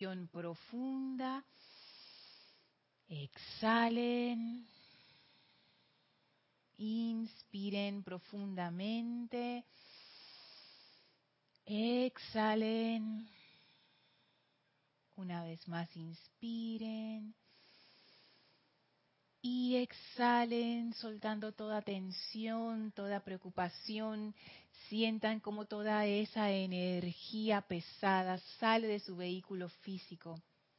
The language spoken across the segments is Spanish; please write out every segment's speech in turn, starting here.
Respiración profunda. Exhalen. Inspiren profundamente. Exhalen. Una vez más inspiren. Y exhalen, soltando toda tensión, toda preocupación. Sientan como toda esa energía pesada sale de su vehículo físico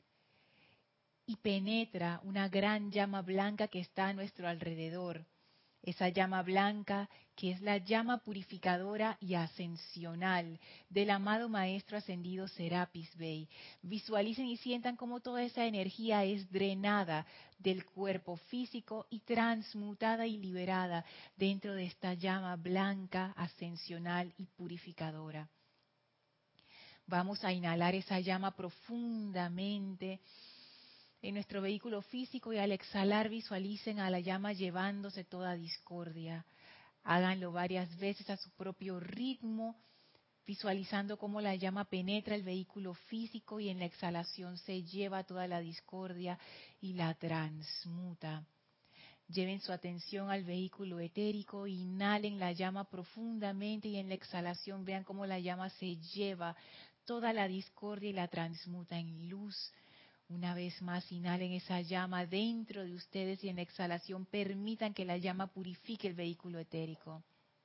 y penetra una gran llama blanca que está a nuestro alrededor. Esa llama blanca que es la llama purificadora y ascensional del amado Maestro Ascendido Serapis Bey. Visualicen y sientan cómo toda esa energía es drenada del cuerpo físico y transmutada y liberada dentro de esta llama blanca, ascensional y purificadora. Vamos a inhalar esa llama profundamente en nuestro vehículo físico y al exhalar visualicen a la llama llevándose toda discordia. Háganlo varias veces a su propio ritmo, visualizando cómo la llama penetra el vehículo físico y en la exhalación se lleva toda la discordia y la transmuta. Lleven su atención al vehículo etérico, inhalen la llama profundamente y en la exhalación vean cómo la llama se lleva toda la discordia y la transmuta en luz. Una vez más, inhalen esa llama dentro de ustedes y en la exhalación permitan que la llama purifique el vehículo etérico.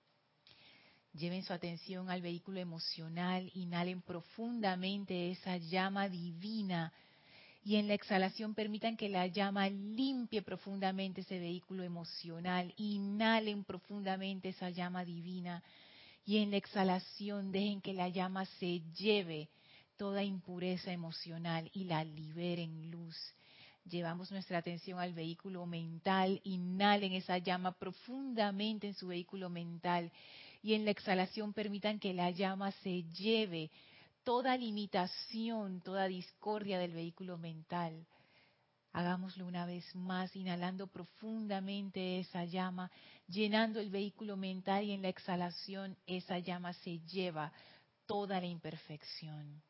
Lleven su atención al vehículo emocional, inhalen profundamente esa llama divina y en la exhalación permitan que la llama limpie profundamente ese vehículo emocional. Inhalen profundamente esa llama divina y en la exhalación dejen que la llama se lleve toda impureza emocional y la libere en luz. Llevamos nuestra atención al vehículo mental, inhalen esa llama profundamente en su vehículo mental y en la exhalación permitan que la llama se lleve toda limitación, toda discordia del vehículo mental. Hagámoslo una vez más, inhalando profundamente esa llama, llenando el vehículo mental y en la exhalación esa llama se lleva toda la imperfección.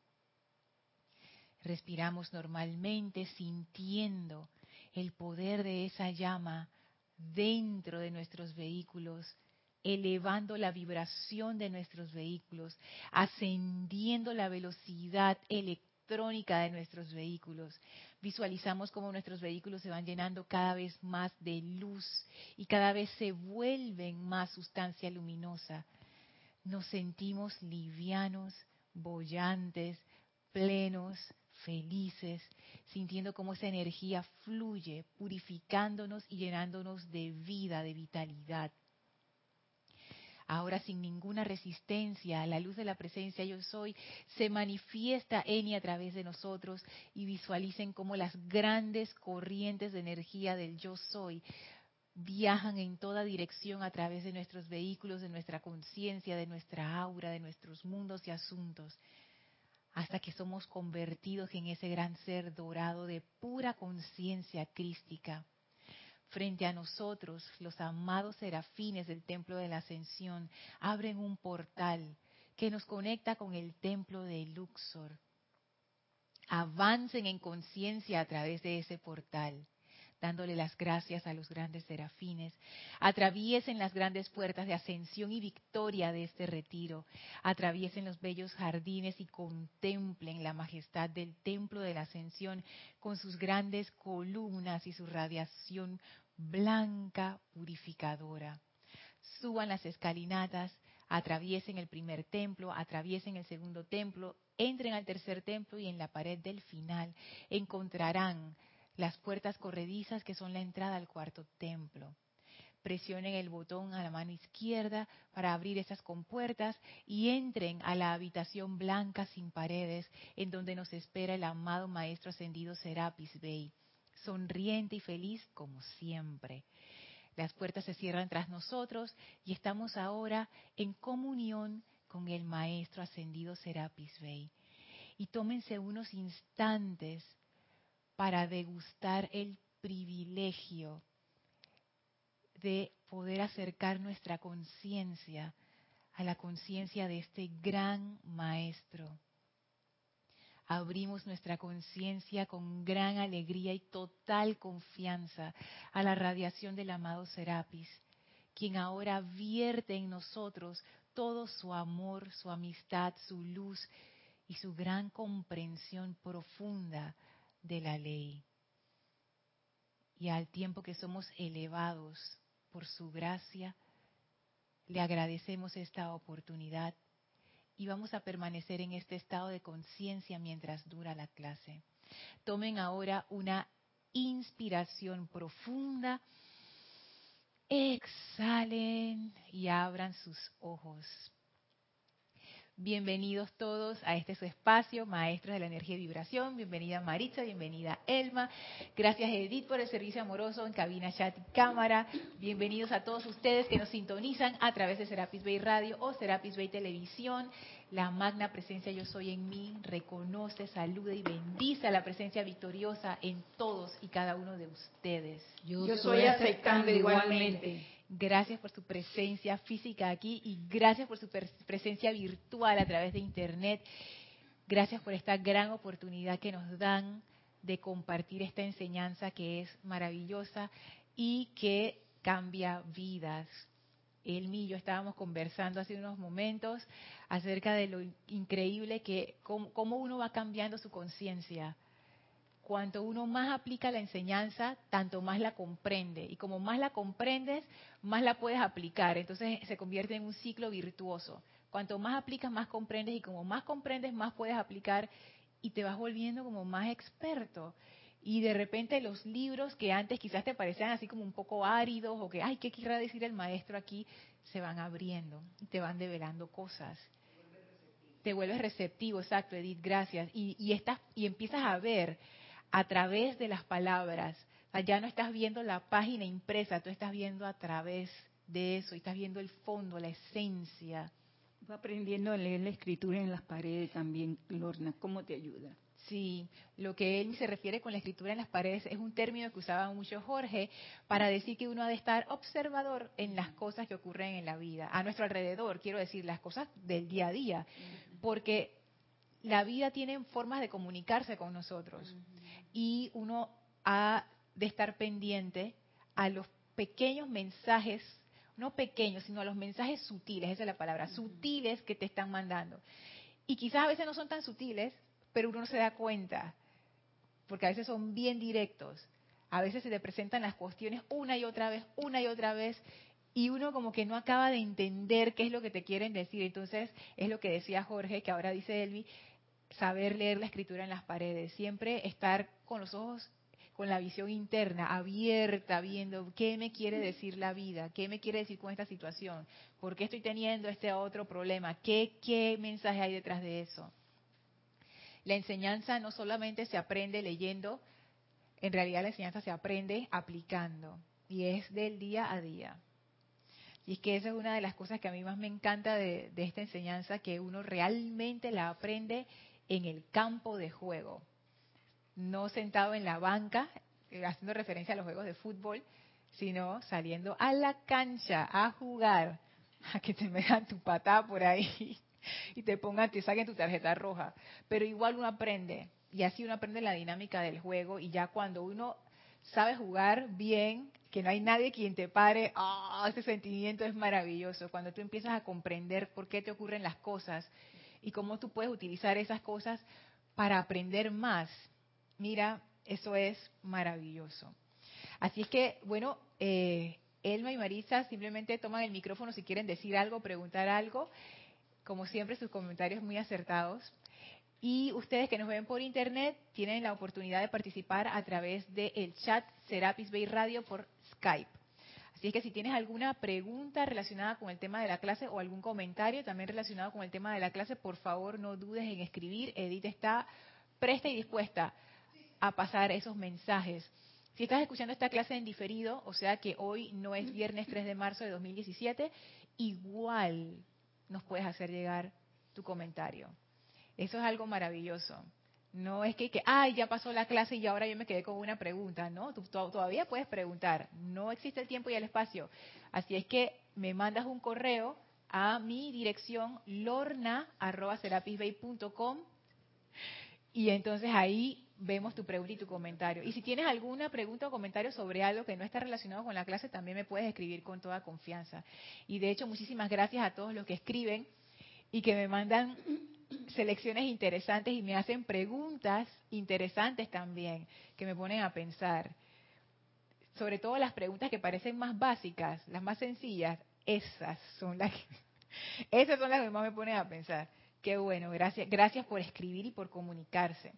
Respiramos normalmente sintiendo el poder de esa llama dentro de nuestros vehículos, elevando la vibración de nuestros vehículos, ascendiendo la velocidad electrónica de nuestros vehículos. Visualizamos cómo nuestros vehículos se van llenando cada vez más de luz y cada vez se vuelven más sustancia luminosa. Nos sentimos livianos, bollantes, plenos, felices, sintiendo cómo esa energía fluye, purificándonos y llenándonos de vida, de vitalidad. Ahora sin ninguna resistencia, a la luz de la presencia Yo Soy, se manifiesta Eni a través de nosotros y visualicen cómo las grandes corrientes de energía del Yo Soy viajan en toda dirección a través de nuestros vehículos, de nuestra conciencia, de nuestra aura, de nuestros mundos y asuntos, hasta que somos convertidos en ese gran ser dorado de pura conciencia crística. Frente a nosotros, los amados serafines del Templo de la Ascensión abren un portal que nos conecta con el Templo de Luxor. Avancen en conciencia a través de ese portal, dándole las gracias a los grandes serafines. Atraviesen las grandes puertas de ascensión y victoria de este retiro. Atraviesen los bellos jardines y contemplen la majestad del Templo de la Ascensión con sus grandes columnas y su radiación blanca purificadora. Suban las escalinatas, atraviesen el primer templo, atraviesen el segundo templo, entren al tercer templo y en la pared del final encontrarán las puertas corredizas que son la entrada al cuarto templo. Presionen el botón a la mano izquierda para abrir esas compuertas y entren a la habitación blanca sin paredes en donde nos espera el amado Maestro Ascendido Serapis Bey, sonriente y feliz como siempre. Las puertas se cierran tras nosotros y estamos ahora en comunión con el Maestro Ascendido Serapis Bey. Y tómense unos instantes para degustar el privilegio de poder acercar nuestra conciencia a la conciencia de este gran Maestro. abrimos nuestra conciencia con gran alegría y total confianza a la radiación del amado Serapis, quien ahora vierte en nosotros todo su amor, su amistad, su luz y su gran comprensión profunda de la ley. Y al tiempo que somos elevados por su gracia, le agradecemos esta oportunidad y vamos a permanecer en este estado de conciencia mientras dura la clase. Tomen ahora una inspiración profunda, exhalen y abran sus ojos. Bienvenidos todos a este su espacio, Maestros de la Energía y Vibración. Bienvenida Maritza, bienvenida Elma. Gracias Edith por el servicio amoroso en cabina, chat y cámara. Bienvenidos a todos ustedes que nos sintonizan a través de Serapis Bay Radio o Serapis Bay Televisión. La magna presencia Yo Soy en mí reconoce, saluda y bendice a la presencia victoriosa en todos y cada uno de ustedes. Yo soy aceptando igualmente. Gracias por su presencia física aquí y gracias por su presencia virtual a través de Internet. Gracias por esta gran oportunidad que nos dan de compartir esta enseñanza que es maravillosa y que cambia vidas. Elmi y yo estábamos conversando hace unos momentos acerca de lo increíble que cómo uno va cambiando su conciencia. Cuanto uno más aplica la enseñanza, tanto más la comprende. Y como más la comprendes, más la puedes aplicar. Entonces se convierte en un ciclo virtuoso. Cuanto más aplicas, más comprendes. Y como más comprendes, más puedes aplicar. Y te vas volviendo como más experto. Y de repente los libros que antes quizás te parecían así como un poco áridos, o que, ay, ¿qué querrá decir el maestro aquí? Se van abriendo y te van develando cosas. Te vuelves receptivo, exacto, Edith, gracias. Y empiezas a ver a través de las palabras. O sea, ya no estás viendo la página impresa, tú estás viendo a través de eso, y estás viendo el fondo, la esencia. Va aprendiendo a leer la escritura en las paredes también, Lorna. ¿Cómo te ayuda? Sí, lo que él se refiere con la escritura en las paredes es un término que usaba mucho Jorge para decir que uno ha de estar observador en las cosas que ocurren en la vida, a nuestro alrededor, quiero decir, las cosas del día a día, porque la vida tiene formas de comunicarse con nosotros y uno ha de estar pendiente a los pequeños mensajes, no pequeños, sino a los mensajes sutiles, esa es la palabra, sutiles que te están mandando. Y quizás a veces no son tan sutiles, pero uno no se da cuenta, porque a veces son bien directos. A veces se te presentan las cuestiones una y otra vez, y uno como que no acaba de entender qué es lo que te quieren decir. Entonces, es lo que decía Jorge, que ahora dice Elvi, saber leer la escritura en las paredes, siempre estar con los ojos, con la visión interna, abierta, viendo qué me quiere decir la vida, qué me quiere decir con esta situación, por qué estoy teniendo este otro problema, qué mensaje hay detrás de eso. La enseñanza no solamente se aprende leyendo, en realidad la enseñanza se aprende aplicando y es del día a día. Y es que esa es una de las cosas que a mí más me encanta de esta enseñanza, que uno realmente la aprende en el campo de juego, no sentado en la banca, haciendo referencia a los juegos de fútbol, sino saliendo a la cancha a jugar, a que te metan tu patada por ahí y te saquen tu tarjeta roja. Pero igual uno aprende, y así uno aprende la dinámica del juego, y ya cuando uno sabe jugar bien, que no hay nadie quien te pare, ese sentimiento es maravilloso. Cuando tú empiezas a comprender por qué te ocurren las cosas y cómo tú puedes utilizar esas cosas para aprender más, mira, eso es maravilloso. Así es que, bueno, Elma y Marisa simplemente toman el micrófono si quieren decir algo, preguntar algo. Como siempre, sus comentarios muy acertados. Y ustedes que nos ven por internet tienen la oportunidad de participar a través del chat Serapis Bay Radio por Skype. Así es que si tienes alguna pregunta relacionada con el tema de la clase o algún comentario también relacionado con el tema de la clase, por favor no dudes en escribir. Edith está presta y dispuesta a pasar esos mensajes. Si estás escuchando esta clase en diferido, o sea que hoy no es viernes 3 de marzo de 2017, igual nos puedes hacer llegar tu comentario. Eso es algo maravilloso. No es que ya pasó la clase y ahora yo me quedé con una pregunta. No, tú todavía puedes preguntar. No existe el tiempo y el espacio. Así es que me mandas un correo a mi dirección lorna@serapisbay.com Y entonces ahí vemos tu pregunta y tu comentario. Y si tienes alguna pregunta o comentario sobre algo que no está relacionado con la clase, también me puedes escribir con toda confianza. Y de hecho, muchísimas gracias a todos los que escriben y que me mandan selecciones interesantes y me hacen preguntas interesantes también, que me ponen a pensar. Sobre todo las preguntas que parecen más básicas, las más sencillas, esas son las que más me ponen a pensar. Qué bueno, gracias por escribir y por comunicarse.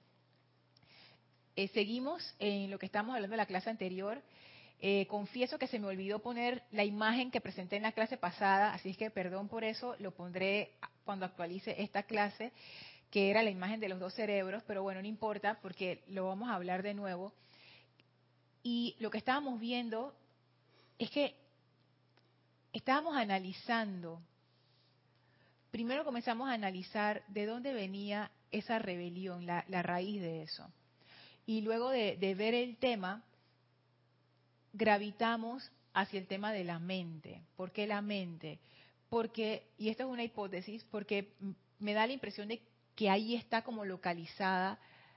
Seguimos en lo que estábamos hablando de la clase anterior. Confieso que se me olvidó poner la imagen que presenté en la clase pasada, así es que perdón por eso, lo pondré cuando actualice esta clase, que era la imagen de los dos cerebros, pero bueno, no importa porque lo vamos a hablar de nuevo. Y lo que estábamos viendo es que estábamos analizando, primero comenzamos a analizar de dónde venía esa rebelión, la raíz de eso. Y luego de ver el tema, gravitamos hacia el tema de la mente. ¿Por qué la mente? Porque, y esto es una hipótesis, porque me da la impresión de que ahí está como localizada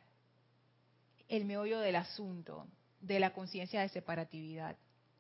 el meollo del asunto, de la conciencia de separatividad.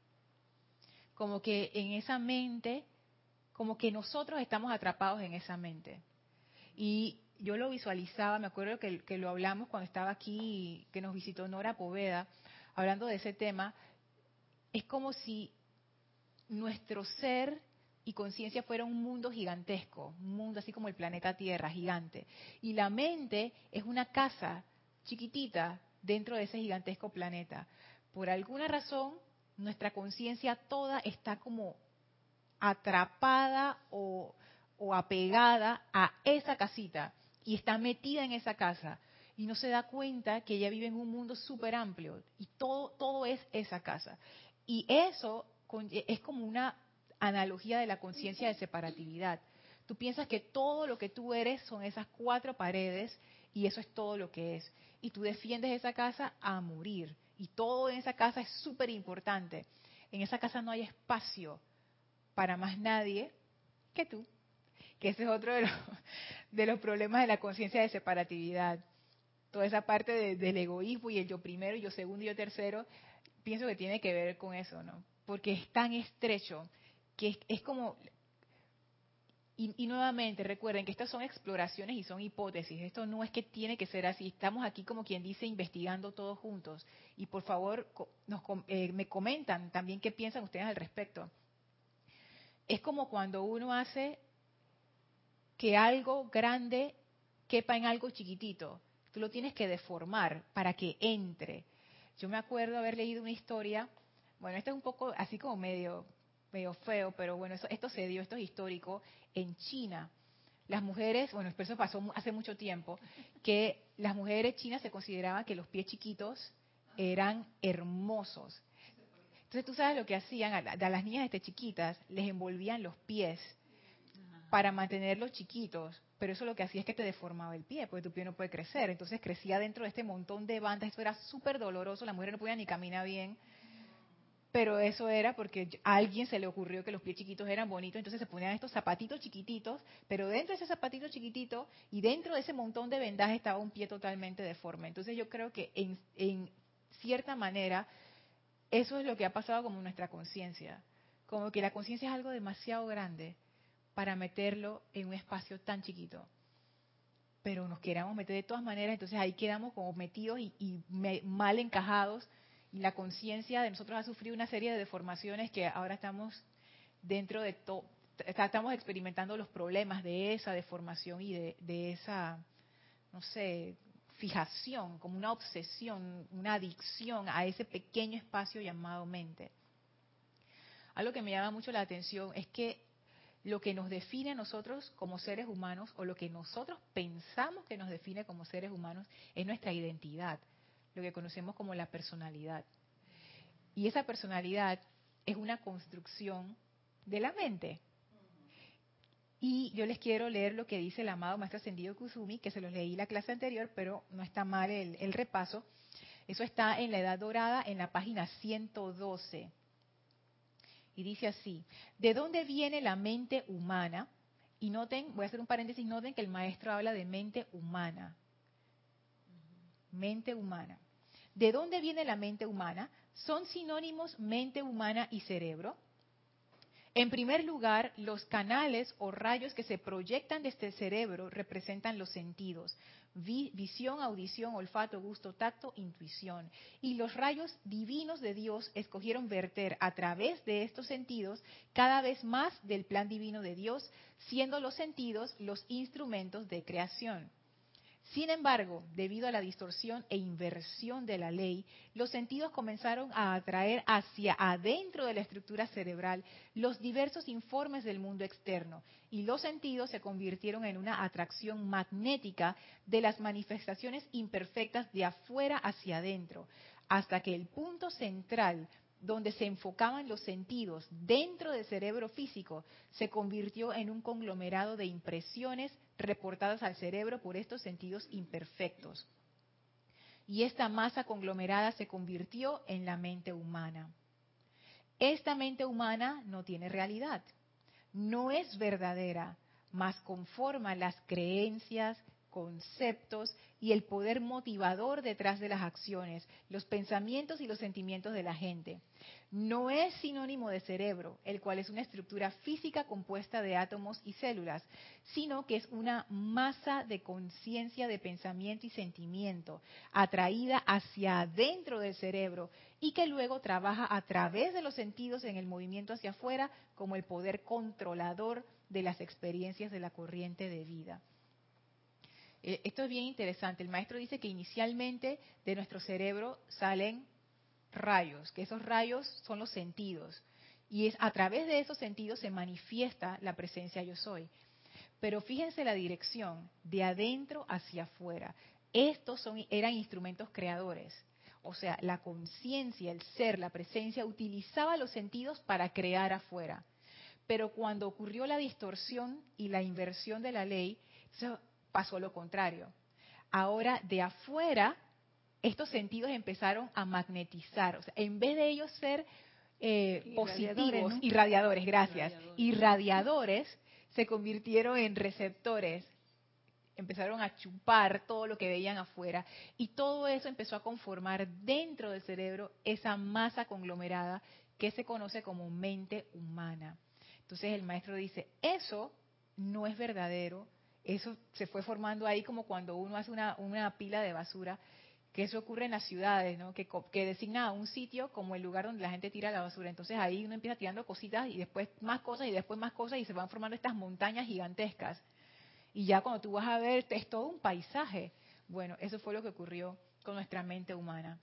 Como que en esa mente, como que nosotros estamos atrapados en esa mente. Y yo lo visualizaba, me acuerdo que lo hablamos cuando estaba aquí, que nos visitó Nora Poveda, hablando de ese tema. Es como si nuestro ser y conciencia fuera un mundo gigantesco, un mundo así como el planeta Tierra, gigante. Y la mente es una casa chiquitita dentro de ese gigantesco planeta. Por alguna razón, nuestra conciencia toda está como atrapada o apegada a esa casita y está metida en esa casa y no se da cuenta que ella vive en un mundo súper amplio y todo es esa casa. Y eso es como una analogía de la conciencia de separatividad. Tú piensas que todo lo que tú eres son esas cuatro paredes y eso es todo lo que es. Y tú defiendes esa casa a morir. Y todo en esa casa es súper importante. En esa casa no hay espacio para más nadie que tú. Que ese es otro de los problemas de la conciencia de separatividad. Toda esa parte del egoísmo y el yo primero, yo segundo y yo tercero, pienso que tiene que ver con eso, ¿no? Porque es tan estrecho que es como... Y nuevamente, recuerden que estas son exploraciones y son hipótesis. Esto no es que tiene que ser así. Estamos aquí, como quien dice, investigando todos juntos. Y por favor, me comentan también qué piensan ustedes al respecto. Es como cuando uno hace que algo grande quepa en algo chiquitito. Tú lo tienes que deformar para que entre. Yo me acuerdo haber leído una historia, bueno, esto es un poco así como medio feo, pero bueno, esto se dio, esto es histórico, en China. Las mujeres, bueno, eso pasó hace mucho tiempo, que las mujeres chinas se consideraban que los pies chiquitos eran hermosos. Entonces tú sabes lo que hacían a las niñas chiquitas, les envolvían los pies para mantenerlos chiquitos, pero eso lo que hacía es que te deformaba el pie, porque tu pie no puede crecer. Entonces crecía dentro de este montón de bandas, eso era súper doloroso, la mujer no podía ni caminar bien, pero eso era porque a alguien se le ocurrió que los pies chiquitos eran bonitos, entonces se ponían estos zapatitos chiquititos, pero dentro de ese zapatito chiquitito y dentro de ese montón de vendajes estaba un pie totalmente deforme. Entonces yo creo que en cierta manera eso es lo que ha pasado como nuestra conciencia, como que la conciencia es algo demasiado grande para meterlo en un espacio tan chiquito. Pero nos queramos meter de todas maneras, entonces ahí quedamos como metidos y mal encajados, y la conciencia de nosotros ha sufrido una serie de deformaciones que ahora estamos dentro de todo, estamos experimentando los problemas de esa deformación y de esa, no sé, fijación, como una obsesión, una adicción a ese pequeño espacio llamado mente. Algo que me llama mucho la atención es que lo que nos define a nosotros como seres humanos, o lo que nosotros pensamos que nos define como seres humanos, es nuestra identidad, lo que conocemos como la personalidad. Y esa personalidad es una construcción de la mente. Y yo les quiero leer lo que dice el amado Maestro Ascendido Kusumi, que se los leí la clase anterior, pero no está mal el repaso. Eso está en la Edad Dorada, en la página 112. Y dice así: ¿de dónde viene la mente humana? Y noten, voy a hacer un paréntesis, noten que el maestro habla de mente humana. mente humana. ¿De dónde viene la mente humana? ¿Son sinónimos mente humana y cerebro? En primer lugar, los canales o rayos que se proyectan desde el cerebro representan los sentidos: visión, audición, olfato, gusto, tacto, intuición. Y los rayos divinos de Dios escogieron verter a través de estos sentidos cada vez más del plan divino de Dios, siendo los sentidos los instrumentos de creación. Sin embargo, debido a la distorsión e inversión de la ley, los sentidos comenzaron a atraer hacia adentro de la estructura cerebral los diversos informes del mundo externo, y los sentidos se convirtieron en una atracción magnética de las manifestaciones imperfectas de afuera hacia adentro, hasta que el punto central donde se enfocaban los sentidos dentro del cerebro físico se convirtió en un conglomerado de impresiones reportadas al cerebro por estos sentidos imperfectos. Y esta masa conglomerada se convirtió en la mente humana. Esta mente humana no tiene realidad, no es verdadera, mas conforma las creencias, conceptos y el poder motivador detrás de las acciones, los pensamientos y los sentimientos de la gente. No es sinónimo de cerebro, el cual es una estructura física compuesta de átomos y células, sino que es una masa de conciencia de pensamiento y sentimiento, atraída hacia adentro del cerebro y que luego trabaja a través de los sentidos en el movimiento hacia afuera como el poder controlador de las experiencias de la corriente de vida. Esto es bien interesante. El maestro dice que inicialmente de nuestro cerebro salen rayos, que esos rayos son los sentidos. Y es a través de esos sentidos se manifiesta la presencia yo soy. Pero fíjense la dirección, de adentro hacia afuera. Estos eran instrumentos creadores. O sea, la conciencia, el ser, la presencia, utilizaba los sentidos para crear afuera. Pero cuando ocurrió la distorsión y la inversión de la ley, pasó lo contrario. Ahora de afuera, estos sentidos empezaron a magnetizar. O sea, en vez de ellos ser positivos, ¿no? Irradiadores, gracias. Irradiadores se convirtieron en receptores. Empezaron a chupar todo lo que veían afuera. Y todo eso empezó a conformar dentro del cerebro esa masa conglomerada que se conoce como mente humana. Entonces el maestro dice, eso no es verdadero. Eso se fue formando ahí como cuando uno hace una pila de basura, que eso ocurre en las ciudades, ¿no? Que designa un sitio como el lugar donde la gente tira la basura. Entonces ahí uno empieza tirando cositas y después más cosas y después más cosas y se van formando estas montañas gigantescas. Y ya cuando tú vas a ver, es todo un paisaje. Bueno, eso fue lo que ocurrió con nuestra mente humana.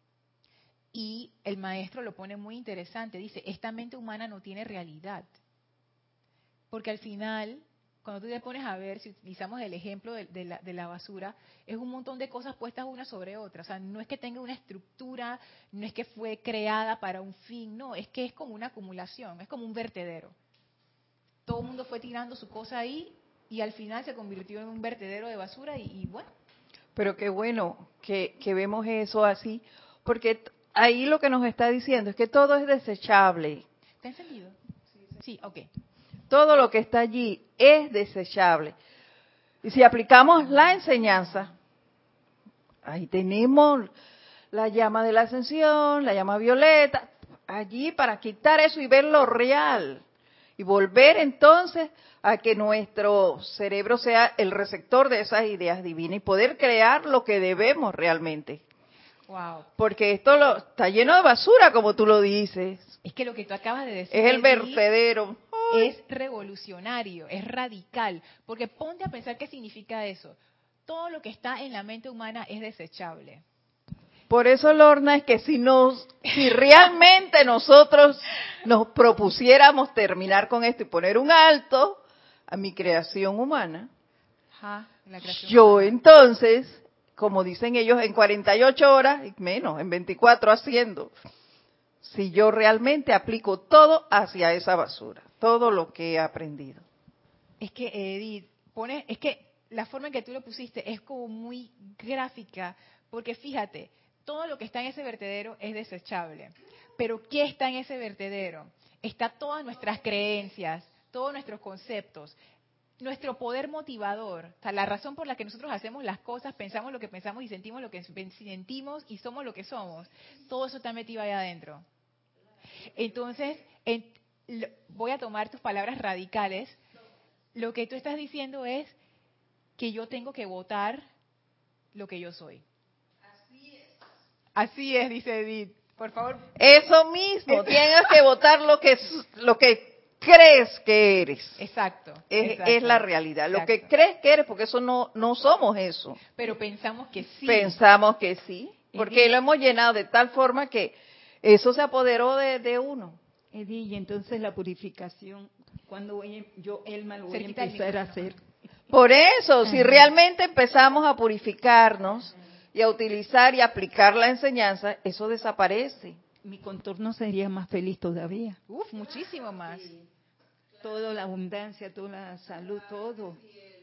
Y el maestro lo pone muy interesante. Dice, esta mente humana no tiene realidad. Porque al final, cuando tú te pones a ver, si utilizamos el ejemplo de la basura, es un montón de cosas puestas una sobre otra. O sea, no es que tenga una estructura, no es que fue creada para un fin, no, es que es como una acumulación, es como un vertedero. Todo el mundo fue tirando su cosa ahí y al final se convirtió en un vertedero de basura y bueno. Pero qué bueno que vemos eso así, porque ahí lo que nos está diciendo es que todo es desechable. ¿Está encendido? Sí, ok. Todo lo que está allí es desechable. Y si aplicamos la enseñanza, ahí tenemos la llama de la ascensión, la llama violeta, allí para quitar eso y ver lo real. Y volver entonces a que nuestro cerebro sea el receptor de esas ideas divinas y poder crear lo que debemos realmente. Wow. Porque esto está lleno de basura, como tú lo dices. Es que lo que tú acabas de decir es el vertedero. Es revolucionario, es radical. Porque ponte a pensar qué significa eso. Todo lo que está en la mente humana es desechable. Por eso, Lorna, es que si realmente nosotros nos propusiéramos terminar con esto y poner un alto a mi creación humana, la creación yo humana. Entonces, como dicen ellos, en 48 horas, y menos, en 24 haciendo, si yo realmente aplico todo hacia esa basura, todo lo que he aprendido. Es que, Edith, es que la forma en que tú lo pusiste es como muy gráfica, porque fíjate, todo lo que está en ese vertedero es desechable. Pero ¿qué está en ese vertedero? Está todas nuestras creencias, todos nuestros conceptos. nuestro poder motivador, o sea, la razón por la que nosotros hacemos las cosas, pensamos lo que pensamos y sentimos lo que sentimos y somos lo que somos, todo eso está metido ahí adentro. Entonces, voy a tomar tus palabras radicales. Lo que tú estás diciendo es que yo tengo que votar lo que yo soy. Así es, dice Edith. Por favor. Eso mismo, tienes que votar lo que crees que eres. Exacto. Es la realidad. Exacto. Lo que crees que eres, porque eso no somos eso. Pero pensamos que sí. Pensamos que sí, porque lo hemos llenado de tal forma que eso se apoderó de uno. Edith, y entonces la purificación, cuando yo, Elma, lo voy a Cerquita del empezar a micrófono. hacer. Por eso, si realmente empezamos a purificarnos y a utilizar y aplicar la enseñanza, eso desaparece. Mi contorno sería más feliz todavía. Uf, muchísimo más. Toda la abundancia, toda la salud, todo.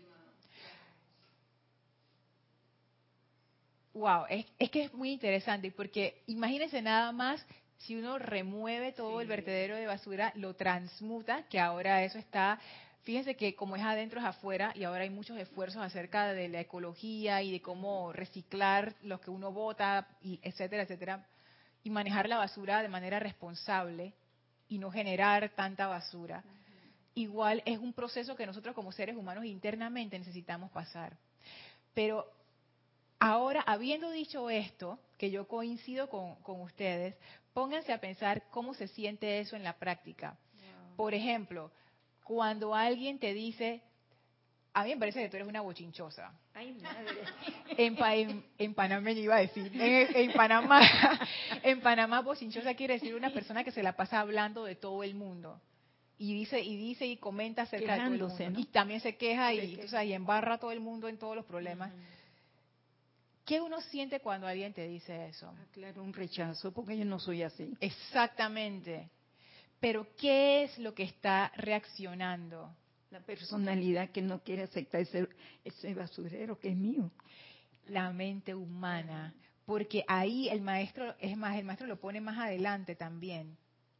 Wow, es que es muy interesante porque imagínense nada más si uno remueve todo el vertedero de basura, lo transmuta, que ahora eso está, fíjense que como es adentro es afuera y ahora hay muchos esfuerzos acerca de la ecología y de cómo reciclar lo que uno bota, y etcétera, etcétera, y manejar la basura de manera responsable y no generar tanta basura. Igual es un proceso que nosotros como seres humanos internamente necesitamos pasar. Pero ahora, habiendo dicho esto, que yo coincido con ustedes, pónganse a pensar cómo se siente eso en la práctica. Por ejemplo, cuando alguien te dice, a mí me parece que tú eres una bochinchosa. Ay, madre. En Panamá iba a decir, en Panamá bochinchosa quiere decir una persona que se la pasa hablando de todo el mundo. Y dice y comenta acerca de todo el mundo. ¿No? Y también se queja y embarra a todo el mundo en todos los problemas. ¿Qué uno siente cuando alguien te dice eso? Claro, un rechazo, porque yo no soy así. Exactamente. Pero ¿qué es lo que está reaccionando? La personalidad que no quiere aceptar ese basurero que es mío. La mente humana. Porque ahí el maestro lo pone más adelante también.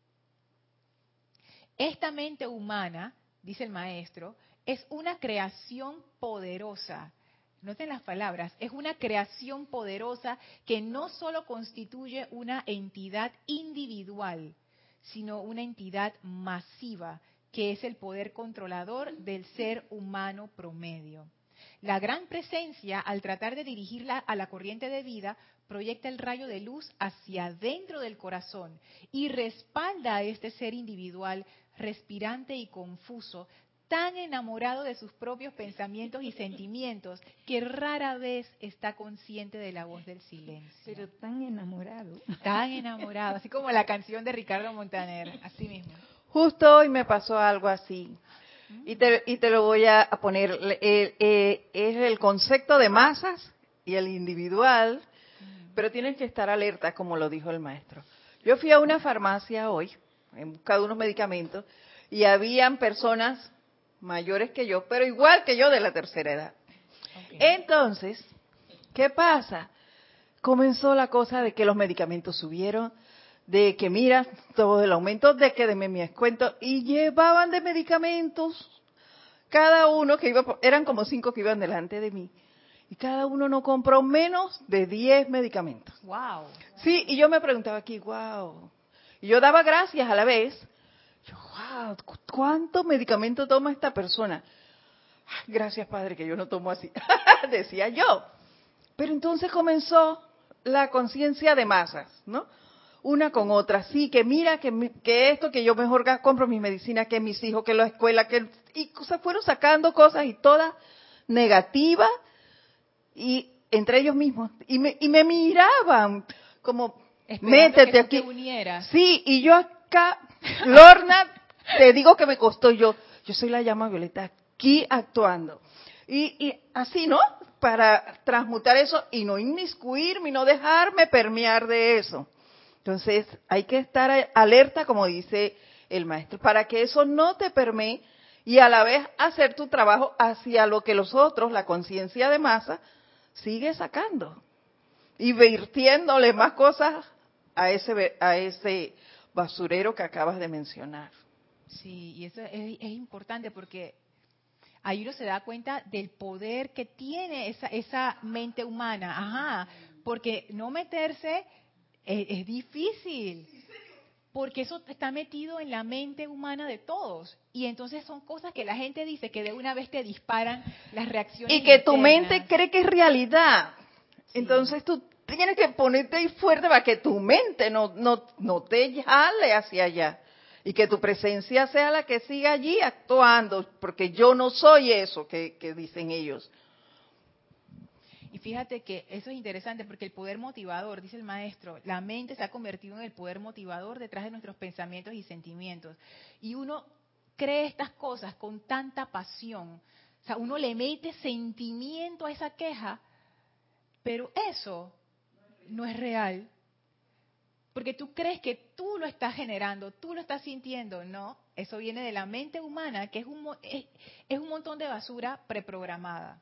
Esta mente humana, dice el maestro, es una creación poderosa. Noten las palabras, es una creación poderosa que no solo constituye una entidad individual, sino una entidad masiva, que es el poder controlador del ser humano promedio. La gran presencia, al tratar de dirigirla a la corriente de vida, proyecta el rayo de luz hacia adentro del corazón y respalda a este ser individual, respirante y confuso, tan enamorado de sus propios pensamientos y sentimientos que rara vez está consciente de la voz del silencio. Pero tan enamorado. Tan enamorado, así como la canción de Ricardo Montaner, así mismo. Justo hoy me pasó algo así. Y te lo voy a poner. Es el concepto de masas y el individual, pero tienes que estar alerta, como lo dijo el maestro. Yo fui a una farmacia hoy, en busca de unos medicamentos, y habían personas mayores que yo, pero igual que yo de la tercera edad. Okay. Entonces, ¿qué pasa? Comenzó la cosa de que los medicamentos subieron, de que mira, todo el aumento, de que deme mi descuento, y llevaban de medicamentos, cada uno que iba, eran como 5 que iban delante de mí, y cada uno no compró menos de 10 medicamentos. Wow. Sí, y yo me preguntaba aquí, wow. Y yo daba gracias a la vez. Yo, wow, ¿cuánto medicamento toma esta persona? Gracias, Padre, que yo no tomo así, decía yo. Pero entonces comenzó la conciencia de masas, ¿no? Una con otra, sí, que mira, que esto, que yo mejor compro mis medicinas, que mis hijos, que la escuela, y se fueron sacando cosas y todas negativas, y entre ellos mismos, y me miraban como, esperando métete que tú aquí. Te unieras. Sí, y yo acá, Lorna, te digo que me costó, yo soy la llama violeta aquí actuando. Y así, ¿no? Para transmutar eso y no inmiscuirme y no dejarme permear de eso. Entonces, hay que estar alerta, como dice el maestro, para que eso no te permee y a la vez hacer tu trabajo hacia lo que los otros, la conciencia de masa, sigue sacando y vertiéndole más cosas a ese basurero que acabas de mencionar. Sí, y eso es importante porque ahí uno se da cuenta del poder que tiene esa mente humana. Ajá, porque no meterse es difícil, porque eso está metido en la mente humana de todos. Y entonces son cosas que la gente dice que de una vez te disparan las reacciones Y que tu internas. mente cree que es realidad. Sí. Entonces tú tienes que ponerte ahí fuerte para que tu mente no te jale hacia allá. Y que tu presencia sea la que siga allí actuando, porque yo no soy eso que dicen ellos. Y fíjate que eso es interesante porque el poder motivador, dice el maestro, la mente se ha convertido en el poder motivador detrás de nuestros pensamientos y sentimientos. Y uno cree estas cosas con tanta pasión. O sea, uno le mete sentimiento a esa queja, pero eso no es real. Porque tú crees que tú lo estás generando, tú lo estás sintiendo. No, eso viene de la mente humana, que es un montón de basura preprogramada.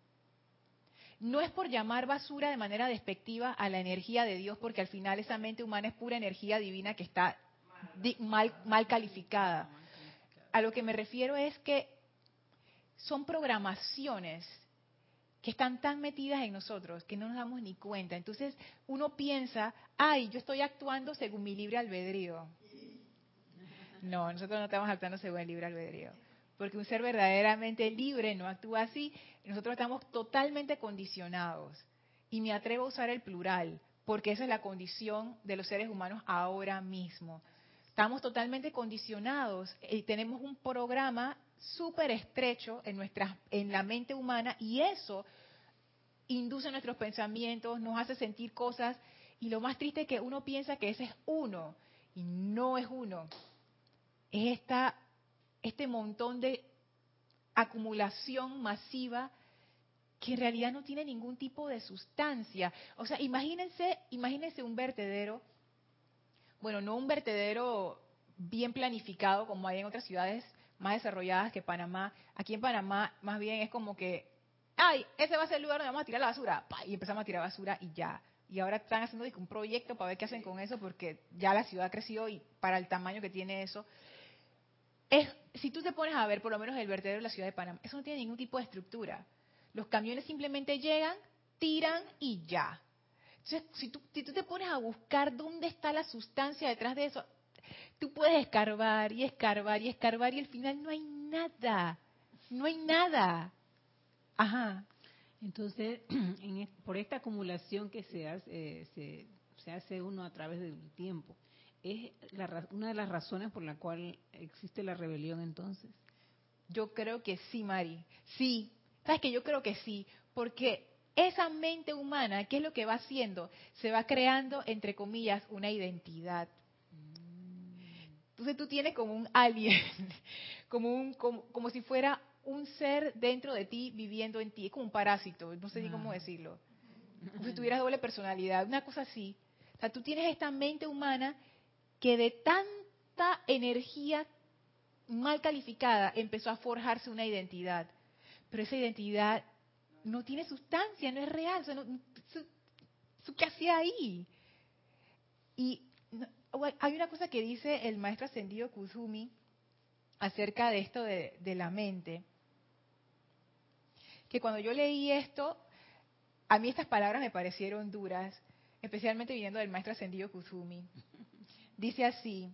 No es por llamar basura de manera despectiva a la energía de Dios, porque al final esa mente humana es pura energía divina que está mal calificada. A lo que me refiero es que son programaciones que están tan metidas en nosotros que no nos damos ni cuenta. Entonces uno piensa, ay, yo estoy actuando según mi libre albedrío. No, nosotros no estamos actuando según el libre albedrío. Porque un ser verdaderamente libre no actúa así. Nosotros estamos totalmente condicionados. Y me atrevo a usar el plural, porque esa es la condición de los seres humanos ahora mismo. Estamos totalmente condicionados y tenemos un programa súper estrecho en la mente humana, y eso induce nuestros pensamientos, nos hace sentir cosas, y lo más triste es que uno piensa que ese es uno, y no es uno. Es este montón de acumulación masiva que en realidad no tiene ningún tipo de sustancia. O sea, imagínense un vertedero, bueno, no un vertedero bien planificado como hay en otras ciudades más desarrolladas que Panamá. Aquí en Panamá más bien es como que, ay, ese va a ser el lugar donde vamos a tirar la basura, y empezamos a tirar basura y ya. Y ahora están haciendo un proyecto para ver qué hacen con eso, porque ya la ciudad creció y para el tamaño que tiene eso. Si tú te pones a ver por lo menos el vertedero de la ciudad de Panamá, eso no tiene ningún tipo de estructura. Los camiones simplemente llegan, tiran y ya. Entonces, si tú te pones a buscar dónde está la sustancia detrás de eso, tú puedes escarbar y escarbar y escarbar y al final no hay nada. No hay nada. Ajá. Entonces, por esta acumulación que se hace uno a través del tiempo, ¿es una de las razones por la cual existe la rebelión entonces? Yo creo que sí, Mari. Sí. ¿Sabes qué? Yo creo que sí. Porque esa mente humana, ¿qué es lo que va haciendo? Se va creando, entre comillas, una identidad. Entonces tú tienes como un alien, como si fuera un ser dentro de ti, viviendo en ti. Es como un parásito, no sé ni cómo decirlo. Como si tuvieras doble personalidad, una cosa así. O sea, tú tienes esta mente humana que de tanta energía mal calificada empezó a forjarse una identidad. Pero esa identidad no tiene sustancia, no es real. O sea, ¿qué hacía ahí? Y hay una cosa que dice el maestro ascendido Kuzumi acerca de esto de la mente, que cuando yo leí esto, a mí estas palabras me parecieron duras, especialmente viniendo del maestro ascendido Kuzumi. Dice así: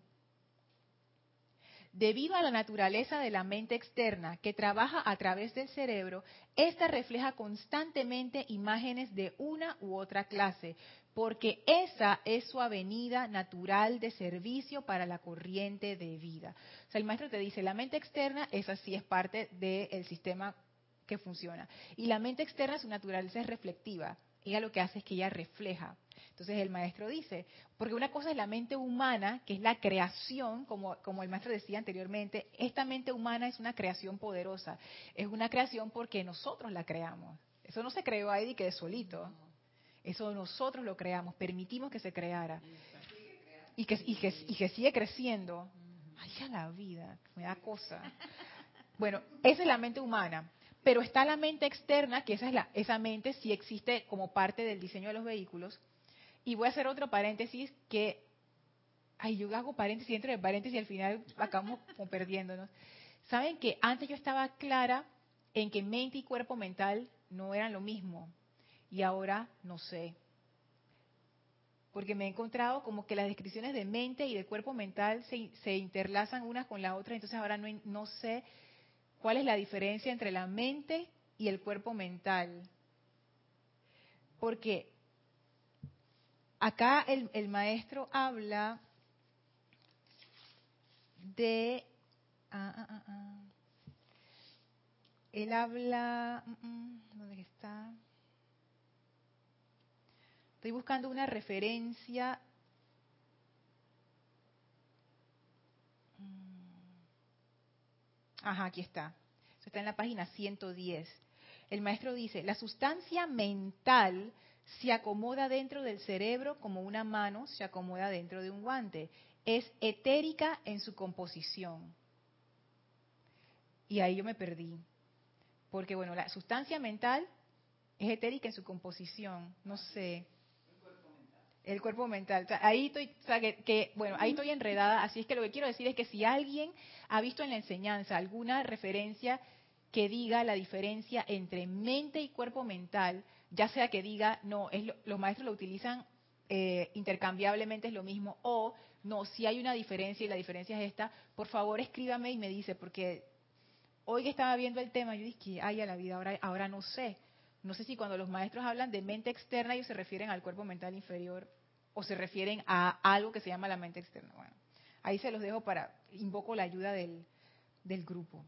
debido a la naturaleza de la mente externa que trabaja a través del cerebro, esta refleja constantemente imágenes de una u otra clase, porque esa es su avenida natural de servicio para la corriente de vida. O sea, el maestro te dice, la mente externa, esa sí es parte del sistema que funciona. Y la mente externa, su naturaleza es reflectiva. Ella lo que hace es que ella refleja. Entonces el maestro dice, porque una cosa es la mente humana, que es la creación, como el maestro decía anteriormente, esta mente humana es una creación poderosa. Es una creación porque nosotros la creamos. Eso no se creó ahí de que de solito. Eso nosotros lo creamos, permitimos que se creara. Y que sigue creciendo. Ay, ya la vida, me da cosa. Bueno, esa es la mente humana. Pero está la mente externa, que esa mente sí existe como parte del diseño de los vehículos. Y voy a hacer otro paréntesis que, ay, yo hago paréntesis dentro de paréntesis y al final acabamos como perdiéndonos. Saben que antes yo estaba clara en que mente y cuerpo mental no eran lo mismo. Y ahora no sé. Porque me he encontrado como que las descripciones de mente y de cuerpo mental se interlazan unas con la otra, entonces ahora no sé cuál es la diferencia entre la mente y el cuerpo mental. Porque acá el maestro habla de... Él habla... ¿Dónde está? Estoy buscando una referencia. Ajá, aquí está. Eso está en la página 110. El maestro dice, la sustancia mental se acomoda dentro del cerebro como una mano se acomoda dentro de un guante. Es etérica en su composición. Y ahí yo me perdí. Porque bueno, la sustancia mental es etérica en su composición. No sé. El cuerpo mental. O sea, ahí estoy, o sea, bueno, ahí estoy enredada. Así es que lo que quiero decir es que si alguien ha visto en la enseñanza alguna referencia que diga la diferencia entre mente y cuerpo mental, ya sea que diga, no, los maestros lo utilizan intercambiablemente, es lo mismo, o no, si hay una diferencia y la diferencia es esta, por favor escríbame y me dice, porque hoy que estaba viendo el tema, yo dije, ay, a la vida, ahora no sé. No sé si cuando los maestros hablan de mente externa, ellos se refieren al cuerpo mental inferior o se refieren a algo que se llama la mente externa. Bueno, ahí se los dejo invoco la ayuda del grupo.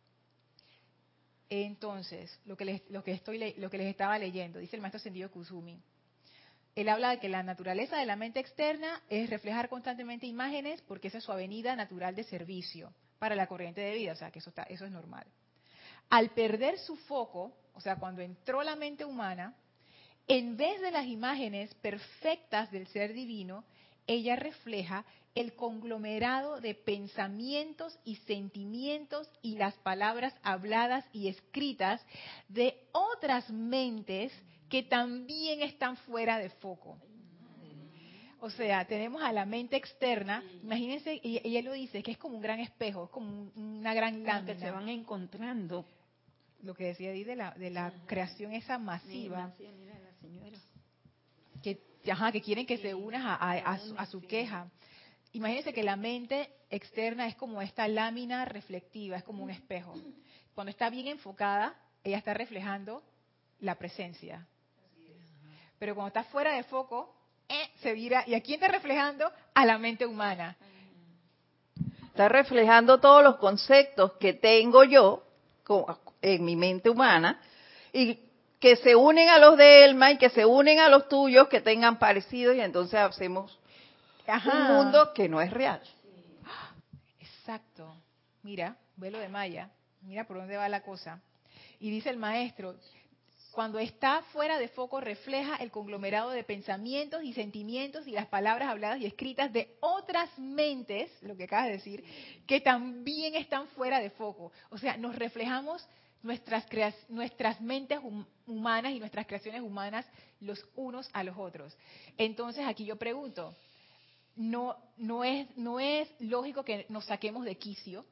Entonces, lo que les estaba leyendo, dice el maestro Sendido Kusumi. Él habla de que la naturaleza de la mente externa es reflejar constantemente imágenes porque esa es su avenida natural de servicio para la corriente de vida, o sea que eso es normal. Al perder su foco, o sea, cuando entró la mente humana, en vez de las imágenes perfectas del ser divino, ella refleja el conglomerado de pensamientos y sentimientos y las palabras habladas y escritas de otras mentes que también están fuera de foco. O sea, tenemos a la mente externa, imagínense, y ella lo dice, que es como un gran espejo, es como una gran lámina. Que se van encontrando. Lo que decía ahí de la creación esa masiva. Mira la señora. Que quieren que se unan a su queja. Imagínense que la mente externa es como esta lámina reflectiva, es como un espejo. Cuando está bien enfocada, ella está reflejando la presencia. Pero cuando está fuera de foco, se vira. ¿Y a quién está reflejando? A la mente humana. Está reflejando todos los conceptos que tengo yo en mi mente humana y que se unen a los de Elma y que se unen a los tuyos que tengan parecidos y entonces hacemos un mundo que no es real. Exacto. Mira, velo de Maya. Mira por dónde va la cosa. Y dice el maestro, cuando está fuera de foco refleja el conglomerado de pensamientos y sentimientos y las palabras habladas y escritas de otras mentes, lo que acabas de decir, que también están fuera de foco. O sea, nos reflejamos nuestras mentes humanas y nuestras creaciones humanas los unos a los otros. Entonces aquí yo pregunto, no es lógico que nos saquemos de quicio.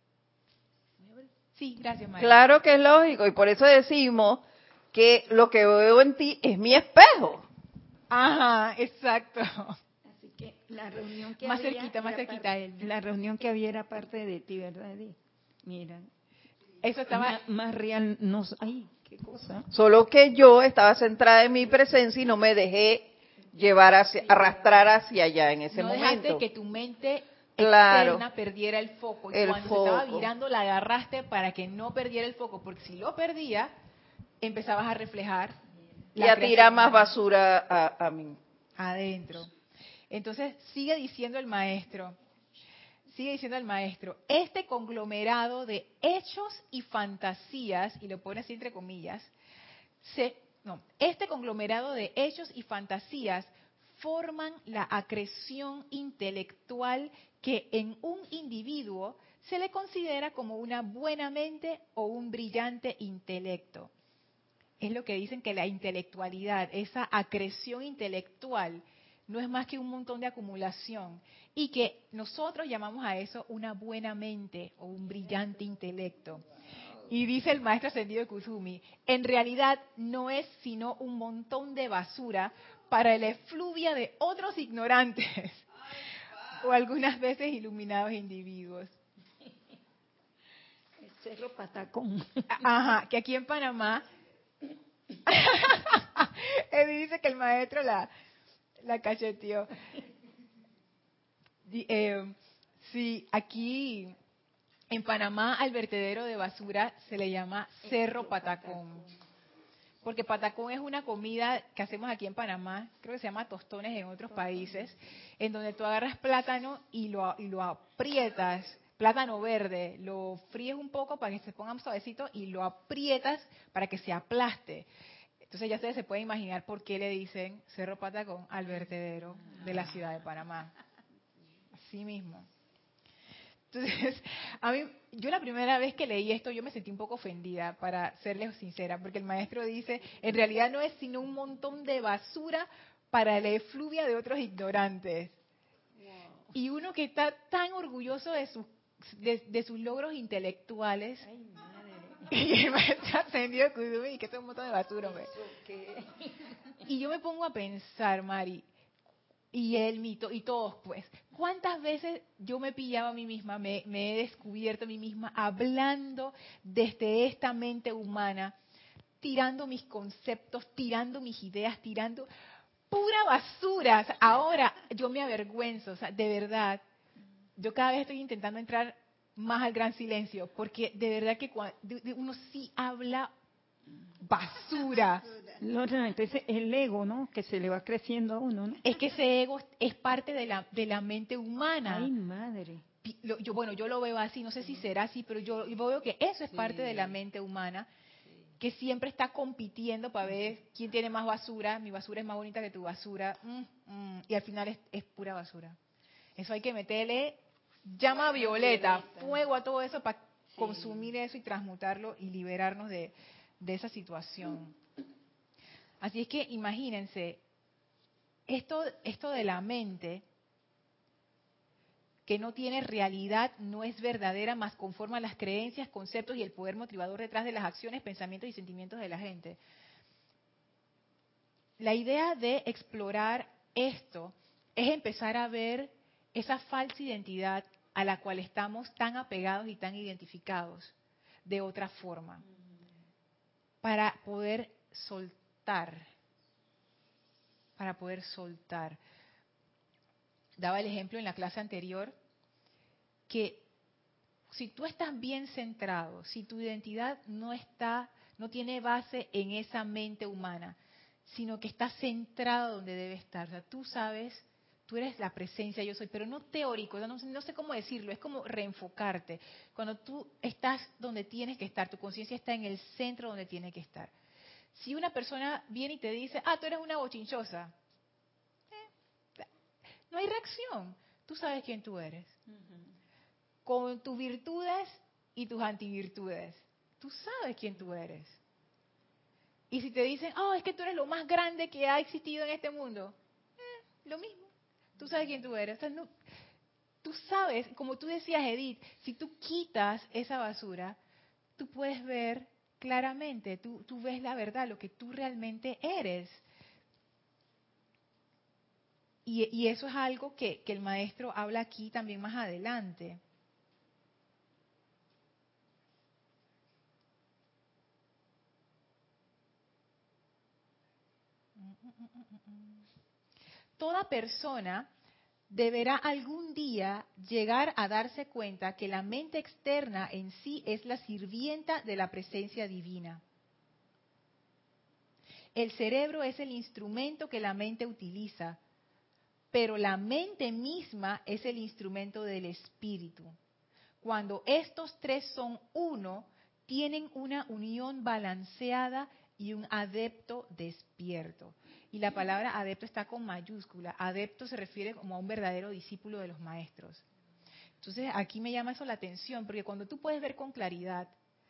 Sí, gracias, María. Claro que es lógico y por eso decimos que lo que veo en ti es mi espejo. Ajá, exacto. Así que la reunión que más había cerquita él. La reunión que había era parte de ti, ¿verdad, Edith? Mira, eso estaba más real, no, ay, qué cosa. Solo que yo estaba centrada en mi presencia y no me dejé arrastrar hacia allá en ese momento. No dejaste que tu mente externa perdiera el foco. Y cuando se estaba virando, la agarraste para que no perdiera el foco. Porque si lo perdía, empezabas a reflejar y a tirar más basura a mí. Adentro. Entonces, sigue diciendo el maestro, este conglomerado de hechos y fantasías, y lo pone así entre comillas, este conglomerado de hechos y fantasías forman la acreción intelectual que en un individuo se le considera como una buena mente o un brillante intelecto. Es lo que dicen que la intelectualidad, esa acreción intelectual, no es más que un montón de acumulación y que nosotros llamamos a eso una buena mente o un brillante intelecto. Y dice el maestro ascendido de Kusumi, en realidad no es sino un montón de basura para la efluvia de otros ignorantes o algunas veces iluminados individuos. El Cerro Patacón. Ajá, que aquí en Panamá, él dice que el maestro la cacheteó. Sí, aquí en Panamá al vertedero de basura se le llama Cerro Patacón. Porque patacón es una comida que hacemos aquí en Panamá, creo que se llama tostones en otros países, en donde tú agarras plátano y lo aprietas, plátano verde, lo fríes un poco para que se ponga suavecito y lo aprietas para que se aplaste. Entonces ya ustedes se pueden imaginar por qué le dicen Cerro Patacón al vertedero de la ciudad de Panamá. Así mismo. Entonces, yo la primera vez que leí esto, yo me sentí un poco ofendida, para serles sincera, porque el maestro dice, en realidad no es sino un montón de basura para la efluvia de otros ignorantes. Wow. Y uno que está tan orgulloso de sus logros intelectuales, ay, y el maestro ascendido Kusumi, y que esto es un montón de basura, hombre. Y yo me pongo a pensar, Mari, y el mito, y todos pues, ¿cuántas veces yo me pillaba a mí misma, me he descubierto a mí misma hablando desde esta mente humana, tirando mis conceptos, tirando mis ideas, tirando pura basura? O sea, ahora yo me avergüenzo, o sea, de verdad, yo cada vez estoy intentando entrar más al gran silencio, porque de verdad que uno sí habla basura. Lorna, entonces el ego, ¿no? Que se le va creciendo a uno, ¿no? Es que ese ego es parte de la mente humana. Ay, madre. Yo lo veo así, no sé si será así, pero yo veo que eso es parte de la mente humana, que siempre está compitiendo para ver quién tiene más basura. Mi basura es más bonita que tu basura. Y al final es pura basura. Eso hay que meterle llama violeta, fuego a todo eso para consumir eso y transmutarlo y liberarnos de esa situación. Así es que imagínense, esto de la mente que no tiene realidad, no es verdadera, más conforme a las creencias, conceptos y el poder motivador detrás de las acciones, pensamientos y sentimientos de la gente. La idea de explorar esto es empezar a ver esa falsa identidad a la cual estamos tan apegados y tan identificados de otra forma, para poder soltar. Daba el ejemplo en la clase anterior que si tú estás bien centrado, si tu identidad no tiene base en esa mente humana, sino que está centrado donde debe estar, o sea, tú sabes, tú eres la presencia yo soy, pero no teórico, no sé cómo decirlo, es como reenfocarte. Cuando tú estás donde tienes que estar, tu conciencia está en el centro donde tiene que estar. Si una persona viene y te dice, tú eres una bochinchosa, no hay reacción. Tú sabes quién tú eres. Con tus virtudes y tus antivirtudes. Tú sabes quién tú eres. Y si te dicen, es que tú eres lo más grande que ha existido en este mundo, lo mismo. Tú sabes quién tú eres. O sea, tú sabes, como tú decías, Edith, si tú quitas esa basura, tú puedes ver claramente, tú ves la verdad, lo que tú realmente eres. Y eso es algo que el maestro habla aquí también más adelante. Toda persona deberá algún día llegar a darse cuenta que la mente externa en sí es la sirvienta de la presencia divina. El cerebro es el instrumento que la mente utiliza, pero la mente misma es el instrumento del espíritu. Cuando estos tres son uno, tienen una unión balanceada y un adepto despierto. Y la palabra adepto está con mayúscula. Adepto se refiere como a un verdadero discípulo de los maestros. Entonces aquí me llama eso la atención, porque cuando tú puedes ver con claridad,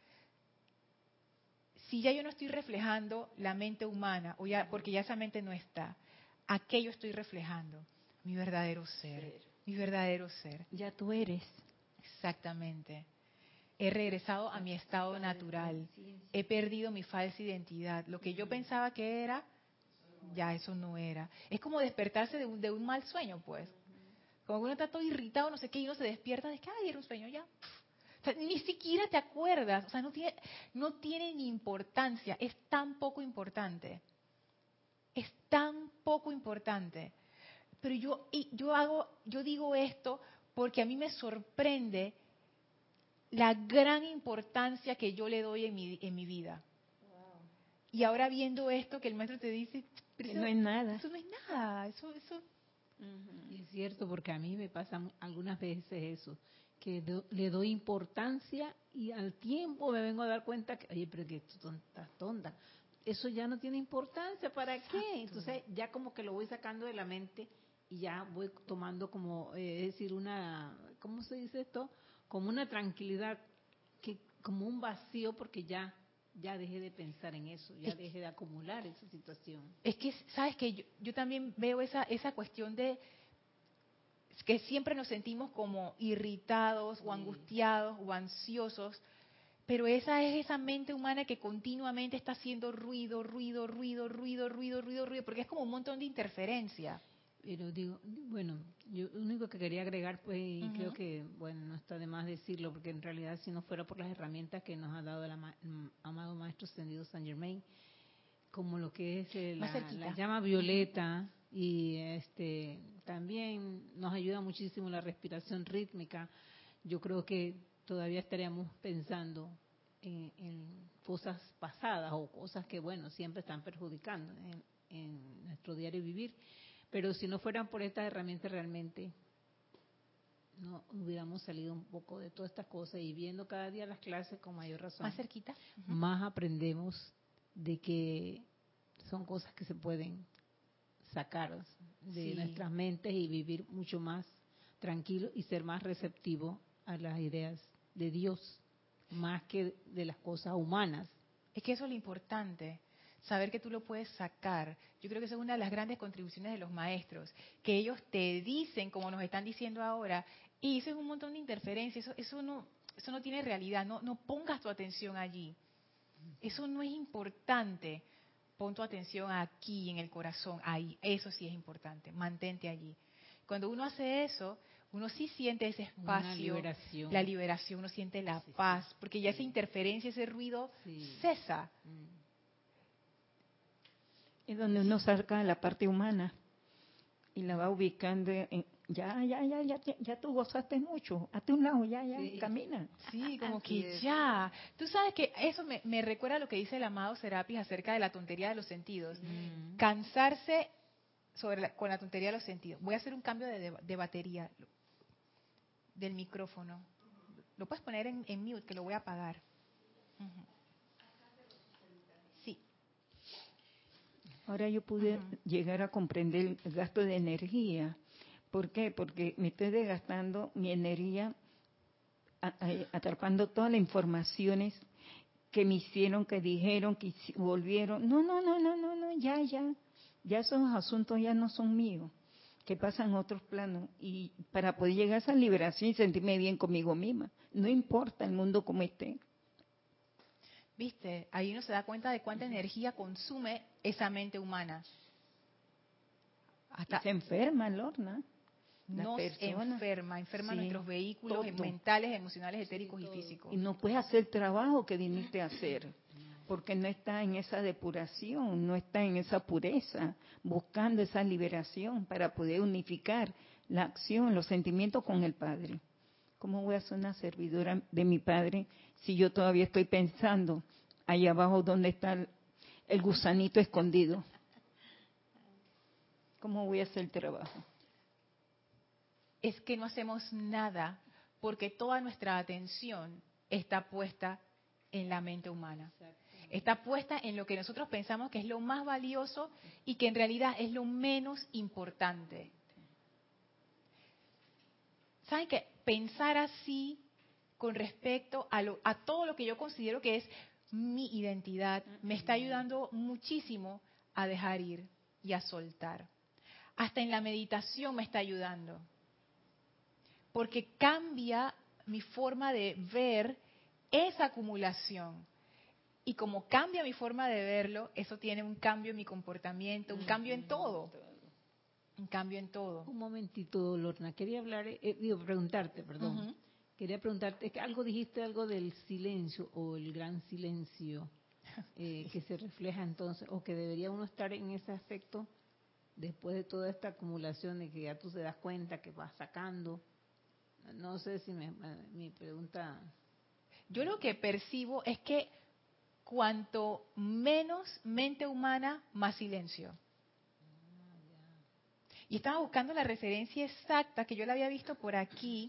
si ya yo no estoy reflejando la mente humana, porque ya esa mente no está, ¿a qué yo estoy reflejando? Mi verdadero ser. Mi verdadero ser. Ya tú eres. Exactamente. He regresado a mi estado natural. He perdido mi falsa identidad. Lo que yo pensaba que era, ya eso no era. Es como despertarse de un mal sueño, pues. Como que uno está todo irritado, no sé qué, y uno se despierta de que, ay, era un sueño ya. O sea, ni siquiera te acuerdas. O sea, no tiene ni importancia. Es tan poco importante. Es tan poco importante. Pero yo digo esto porque a mí me sorprende la gran importancia que yo le doy en mi vida. Wow. Y ahora viendo esto que el maestro te dice, pero eso no es nada. Eso no es nada, eso. Y es cierto, porque a mí me pasa algunas veces eso, que le doy importancia y al tiempo me vengo a dar cuenta que, oye, pero que tú estás tonta. Eso ya no tiene importancia, ¿para qué? Entonces ya como que lo voy sacando de la mente y ya voy tomando como, es decir, ¿cómo se dice esto? Como una tranquilidad, como un vacío, porque ya dejé de pensar en eso, ya dejé de acumular esa situación. Es que, ¿sabes qué? Yo también veo esa cuestión de que siempre nos sentimos como irritados o angustiados o ansiosos, pero esa es esa mente humana que continuamente está haciendo ruido, porque es como un montón de interferencia. Pero digo, bueno, yo lo único que quería agregar, pues, y creo que, bueno, no está de más decirlo, porque en realidad si no fuera por las herramientas que nos ha dado el amado Maestro Ascendido Saint Germain, como lo que es la llama violeta, y también nos ayuda muchísimo la respiración rítmica, yo creo que todavía estaríamos pensando en cosas pasadas o cosas que, bueno, siempre están perjudicando en nuestro diario vivir. Pero si no fueran por estas herramientas realmente no hubiéramos salido un poco de todas estas cosas, y viendo cada día las clases con mayor razón. Más cerquita. Más aprendemos de que son cosas que se pueden sacar de nuestras mentes y vivir mucho más tranquilo y ser más receptivo a las ideas de Dios, más que de las cosas humanas. Es que eso es lo importante. Saber que tú lo puedes sacar. Yo creo que esa es una de las grandes contribuciones de los maestros, que ellos te dicen, como nos están diciendo ahora, y eso es un montón de interferencias, eso no tiene realidad, no pongas tu atención allí. Eso no es importante. Pon tu atención aquí, en el corazón, ahí, eso sí es importante, mantente allí. Cuando uno hace eso, uno sí siente ese espacio, la liberación, uno siente la paz, porque ya esa interferencia, ese ruido cesa. Es donde uno saca la parte humana y la va ubicando en, ya tú gozaste mucho, hazte un lado, camina. Sí, como que ya. Tú sabes que eso me recuerda a lo que dice el amado Serapis acerca de la tontería de los sentidos. Cansarse con la tontería de los sentidos. Voy a hacer un cambio de batería del micrófono. Lo puedes poner en mute, que lo voy a apagar. Sí. Ahora yo pude llegar a comprender el gasto de energía. ¿Por qué? Porque me estoy desgastando mi energía atrapando todas las informaciones que me hicieron, que dijeron, que volvieron. No, ya esos asuntos ya no son míos, que pasan a otros planos. Y para poder llegar a esa liberación y sentirme bien conmigo misma, no importa el mundo como esté. ¿Viste? Ahí uno se da cuenta de cuánta energía consume esa mente humana. Y se enferma, Lorna. Nos enferma nuestros vehículos mentales, emocionales, etéricos y físicos. Y no puedes hacer el trabajo que viniste a hacer, porque no está en esa depuración, no está en esa pureza, buscando esa liberación para poder unificar la acción, los sentimientos con el Padre. ¿Cómo voy a ser una servidora de mi Padre si yo todavía estoy pensando ahí abajo donde está el gusanito escondido? ¿Cómo voy a hacer el trabajo? Es que no hacemos nada porque toda nuestra atención está puesta en la mente humana. Está puesta en lo que nosotros pensamos que es lo más valioso y que en realidad es lo menos importante. ¿Saben qué? Pensar así con respecto a todo lo que yo considero que es mi identidad me está ayudando muchísimo a dejar ir y a soltar. Hasta en la meditación me está ayudando. Porque cambia mi forma de ver esa acumulación. Y como cambia mi forma de verlo, eso tiene un cambio en mi comportamiento, un cambio en todo. Un cambio en todo. Un momentito, Lorna. Quería preguntarte, perdón. Ujú. Quería preguntarte, es que dijiste algo del silencio o el gran silencio que se refleja entonces, o que debería uno estar en ese aspecto después de toda esta acumulación de que ya tú te das cuenta que vas sacando. No sé si mi pregunta... Yo lo que percibo es que cuanto menos mente humana, más silencio. Y estaba buscando la referencia exacta, que yo la había visto por aquí,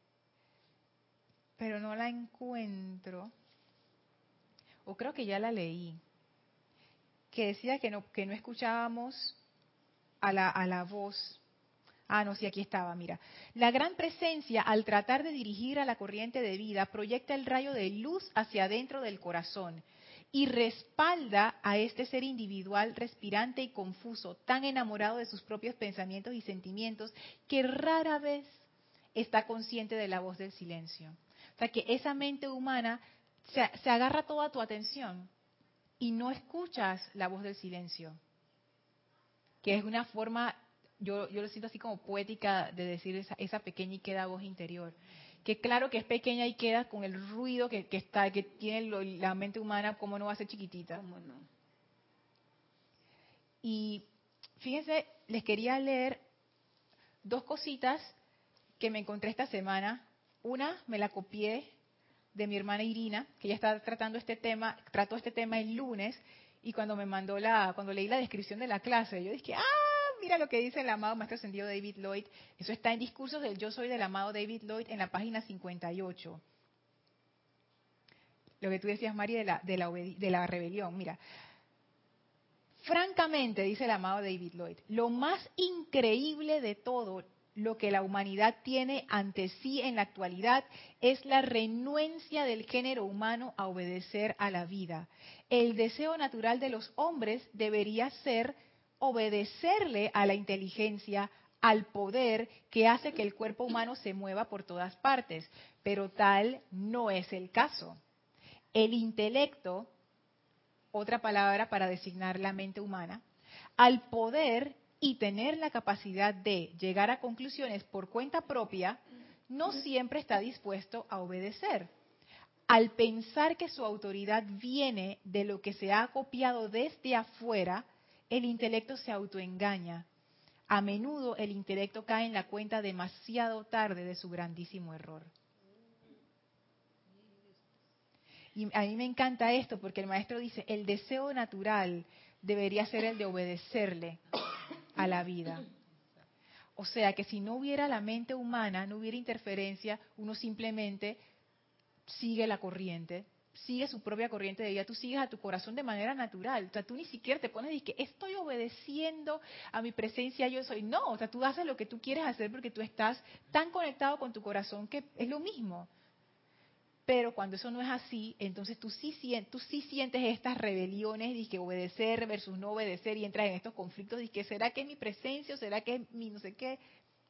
pero no la encuentro. O creo que ya la leí. Que decía que no escuchábamos a la voz. Ah, no, sí, aquí estaba, mira. La gran presencia, al tratar de dirigir a la corriente de vida, proyecta el rayo de luz hacia adentro del corazón y respalda a este ser individual, respirante y confuso, tan enamorado de sus propios pensamientos y sentimientos, que rara vez está consciente de la voz del silencio. O sea, que esa mente humana se agarra toda tu atención y no escuchas la voz del silencio, que es una forma, yo lo siento así como poética de decir esa pequeña y queda voz interior, que claro que es pequeña y queda con el ruido que tiene la mente humana, ¿cómo no va a ser chiquitita? ¿Cómo no? Y fíjense, les quería leer dos cositas que me encontré esta semana. Una me la copié de mi hermana Irina, que ella está trató este tema el lunes, y cuando cuando leí la descripción de la clase, yo dije, mira lo que dice el amado Maestro Ascendido David Lloyd. Eso está en Discursos del Yo Soy del amado David Lloyd en la página 58. Lo que tú decías, Mari, de la rebelión. Mira, francamente, dice el amado David Lloyd, lo más increíble de todo lo que la humanidad tiene ante sí en la actualidad es la renuencia del género humano a obedecer a la vida. El deseo natural de los hombres debería ser obedecerle a la inteligencia, al poder que hace que el cuerpo humano se mueva por todas partes, pero tal no es el caso. El intelecto, otra palabra para designar la mente humana, al poder y tener la capacidad de llegar a conclusiones por cuenta propia, no siempre está dispuesto a obedecer. Al pensar que su autoridad viene de lo que se ha copiado desde afuera, el intelecto se autoengaña. A menudo el intelecto cae en la cuenta demasiado tarde de su grandísimo error. Y a mí me encanta esto porque el maestro dice, el deseo natural debería ser el de obedecerle a la vida. O sea que si no hubiera la mente humana, no hubiera interferencia, uno simplemente sigue la corriente, sigue su propia corriente de vida, tú sigues a tu corazón de manera natural. O sea, tú ni siquiera te pones y dices, estoy obedeciendo a mi presencia, yo soy. No, o sea, tú haces lo que tú quieres hacer porque tú estás tan conectado con tu corazón que es lo mismo. Pero cuando eso no es así, entonces tú sí sientes estas rebeliones de que obedecer versus no obedecer y entras en estos conflictos de que ¿será que es mi presencia o será que es mi no sé qué?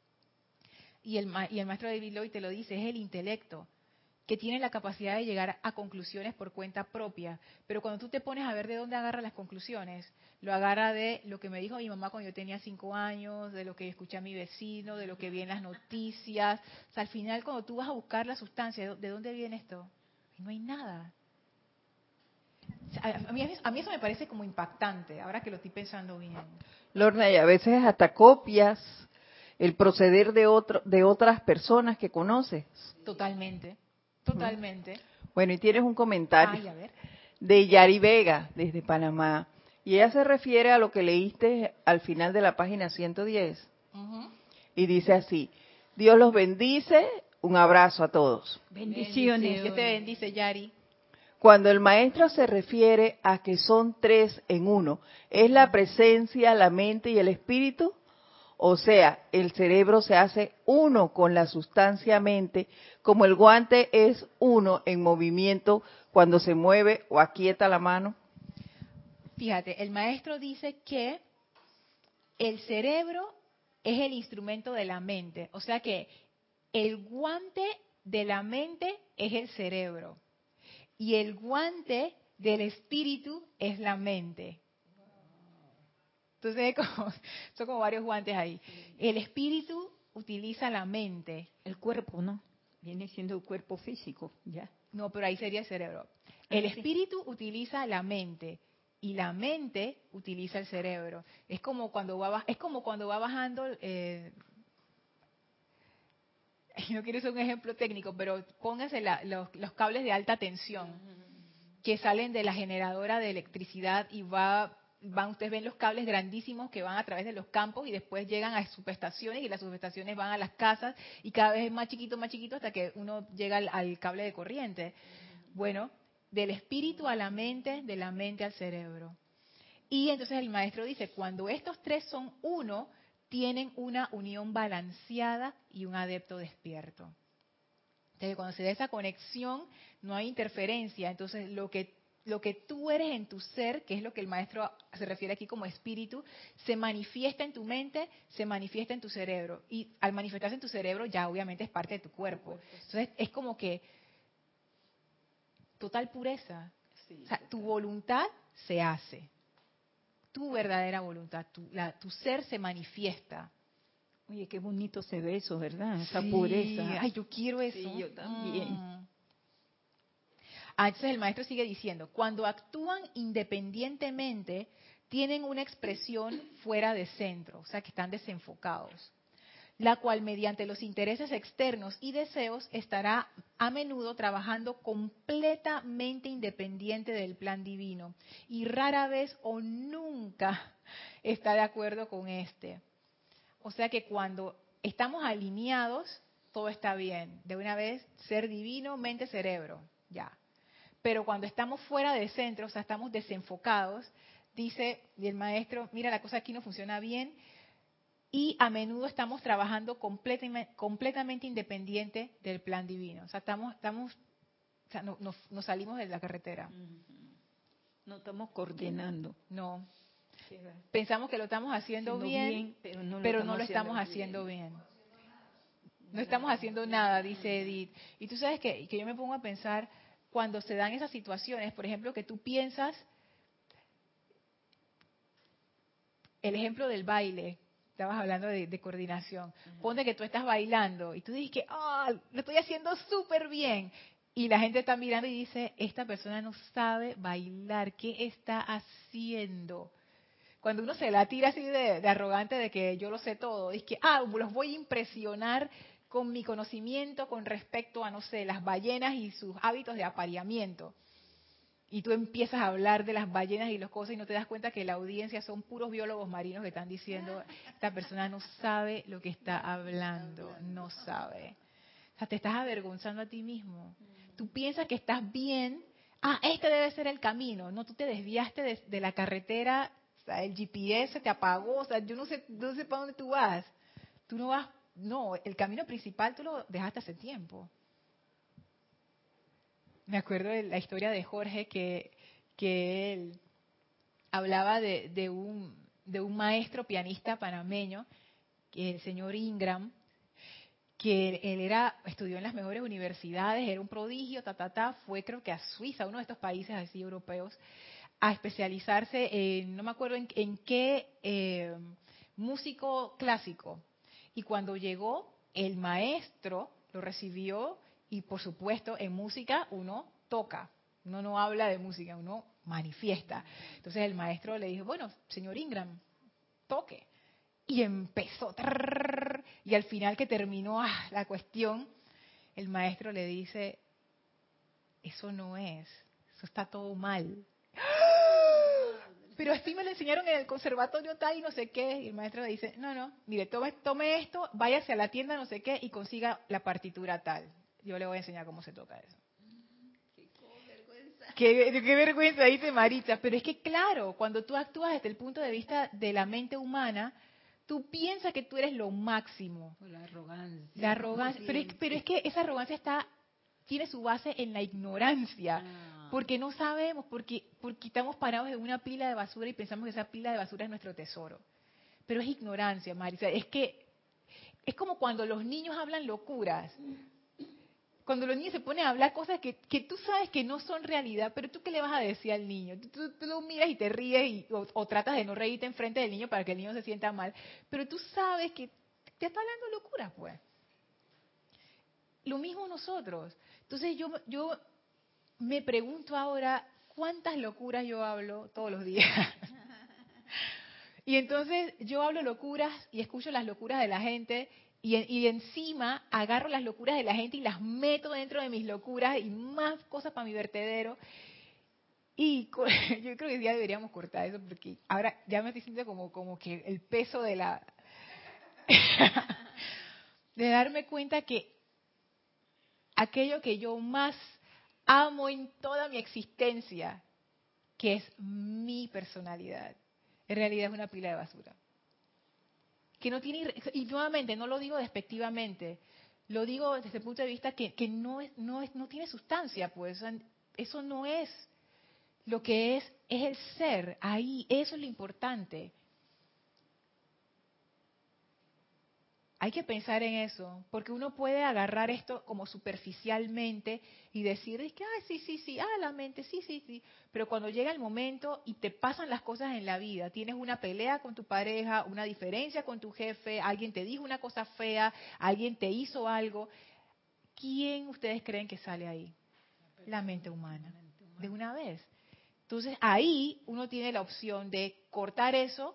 Y el maestro David Lloyd te lo dice, es el intelecto que tiene la capacidad de llegar a conclusiones por cuenta propia. Pero cuando tú te pones a ver de dónde agarra las conclusiones, lo agarra de lo que me dijo mi mamá cuando yo tenía 5 años, de lo que escuché a mi vecino, de lo que vi en las noticias. O sea, al final cuando tú vas a buscar la sustancia, ¿de dónde viene esto? No hay nada. O sea, a mí eso me parece como impactante, ahora que lo estoy pensando bien. Lorna, y a veces hasta copias el proceder de otras personas que conoces. Totalmente, totalmente. Bueno, y tienes un comentario Ay, a ver. de Yari Vega, desde Panamá. Y ella se refiere a lo que leíste al final de la página 110. Uh-huh. Y dice así, Dios los bendice, un abrazo a todos. Bendiciones. Dios te bendice, Yari. Cuando el maestro se refiere a que son tres en uno, ¿es la presencia, la mente y el espíritu? O sea, el cerebro se hace uno con la sustancia mente, como el guante es uno en movimiento cuando se mueve o aquieta la mano. Fíjate, el maestro dice que el cerebro es el instrumento de la mente. O sea que el guante de la mente es el cerebro. y el guante del espíritu es la mente. Entonces son como varios guantes ahí. El espíritu utiliza la mente. El cuerpo, ¿no? Viene siendo el cuerpo físico, ya. No, pero ahí sería el cerebro. El espíritu utiliza la mente y la mente utiliza el cerebro. Es como cuando va bajando. No quiero ser un ejemplo técnico, pero pónganse los cables de alta tensión que salen de la generadora de electricidad y ustedes ven los cables grandísimos que van a través de los campos y después llegan a subestaciones y las subestaciones van a las casas y cada vez es más chiquito hasta que uno llega al cable de corriente. Bueno, del espíritu a la mente, de la mente al cerebro. Y entonces el maestro dice, cuando estos tres son uno, tienen una unión balanceada y un adepto despierto. Entonces, cuando se da esa conexión, no hay interferencia. Entonces, lo que tú eres en tu ser, que es lo que el maestro se refiere aquí como espíritu, se manifiesta en tu mente, se manifiesta en tu cerebro. Y al manifestarse en tu cerebro, ya obviamente es parte de tu cuerpo. Entonces, es como que total pureza. O sea, tu voluntad se hace. Tu verdadera voluntad, tu ser se manifiesta. Oye, qué bonito se ve eso, ¿verdad? Esa Sí. pureza. Ay, yo quiero eso. Sí, yo también. Entonces el maestro sigue diciendo, cuando actúan independientemente, tienen una expresión fuera de centro, o sea que están desenfocados, la cual mediante los intereses externos y deseos estará a menudo trabajando completamente independiente del plan divino y rara vez o nunca está de acuerdo con este. O sea que cuando estamos alineados, todo está bien. De una vez, ser divino, mente, cerebro, ya. Pero cuando estamos fuera de centro, o sea, estamos desenfocados, dice el maestro, mira, la cosa aquí no funciona bien, y a menudo estamos trabajando completamente independiente del plan divino. O sea, o sea, nos salimos de la carretera. No estamos coordinando. No. Pensamos que lo estamos haciendo bien, pero no lo estamos haciendo bien. No estamos haciendo nada, dice Edith. Y tú sabes que yo me pongo a pensar, cuando se dan esas situaciones, por ejemplo, que tú piensas, el ejemplo del baile, estabas hablando de coordinación, ponte que tú estás bailando y tú dices que, lo estoy haciendo súper bien. Y la gente está mirando y dice, esta persona no sabe bailar, ¿qué está haciendo? Cuando uno se la tira así de arrogante de que yo lo sé todo, es que, los voy a impresionar con mi conocimiento con respecto a, no sé, las ballenas y sus hábitos de apareamiento. Y tú empiezas a hablar de las ballenas y las cosas y no te das cuenta que la audiencia son puros biólogos marinos que están diciendo, esta persona no sabe lo que está hablando, no sabe. O sea, te estás avergonzando a ti mismo. Tú piensas que estás bien, este debe ser el camino. No, tú te desviaste de la carretera, o sea, el GPS te apagó, o sea, yo no sé para dónde tú vas. Tú no vas, no, el camino principal tú lo dejaste hace tiempo. Me acuerdo de la historia de Jorge que él hablaba de un maestro pianista panameño, que el señor Ingram, que él estudió en las mejores universidades, era un prodigio, fue creo que a Suiza, uno de estos países así europeos, a especializarse en, no me acuerdo en qué, músico clásico. Y cuando llegó, el maestro lo recibió y por supuesto en música uno toca, uno no habla de música, uno manifiesta. Entonces el maestro le dijo, bueno, señor Ingram, toque. Y empezó, y al final que terminó la cuestión, el maestro le dice, eso no es, eso está todo mal. Pero así me lo enseñaron en el conservatorio tal y no sé qué. Y el maestro le dice, no, mire, tome esto, váyase a la tienda no sé qué y consiga la partitura tal. Yo le voy a enseñar cómo se toca eso. Qué vergüenza, dice Maritza. Pero es que claro, cuando tú actúas desde el punto de vista de la mente humana, tú piensas que tú eres lo máximo. La arrogancia. La arrogancia. Pero es que esa arrogancia tiene su base en la ignorancia. Porque no sabemos, porque estamos parados en una pila de basura y pensamos que esa pila de basura es nuestro tesoro. Pero es ignorancia, Marisa. Es que es como cuando los niños hablan locuras. Cuando los niños se ponen a hablar cosas que tú sabes que no son realidad, pero tú qué le vas a decir al niño. Tú lo miras y te ríes o tratas de no reírte enfrente del niño para que el niño se sienta mal, pero tú sabes que te está hablando locura, pues. Lo mismo nosotros. Entonces yo me pregunto ahora cuántas locuras yo hablo todos los días. Y entonces yo hablo locuras y escucho las locuras de la gente y encima agarro las locuras de la gente y las meto dentro de mis locuras y más cosas para mi vertedero. Y yo creo que ya deberíamos cortar eso porque ahora ya me estoy sintiendo como que el peso de de darme cuenta que aquello que yo más amo en toda mi existencia, que es mi personalidad, en realidad es una pila de basura. Que no tiene, y nuevamente no lo digo despectivamente, lo digo desde el punto de vista que no tiene sustancia, pues. O sea, eso no es lo que es el ser, ahí, eso es lo importante. Hay que pensar en eso, porque uno puede agarrar esto como superficialmente y decir, es que, sí, la mente, sí. Pero cuando llega el momento y te pasan las cosas en la vida, tienes una pelea con tu pareja, una diferencia con tu jefe, alguien te dijo una cosa fea, alguien te hizo algo, ¿quién ustedes creen que sale ahí? La mente humana, de una vez. Entonces ahí uno tiene la opción de cortar eso.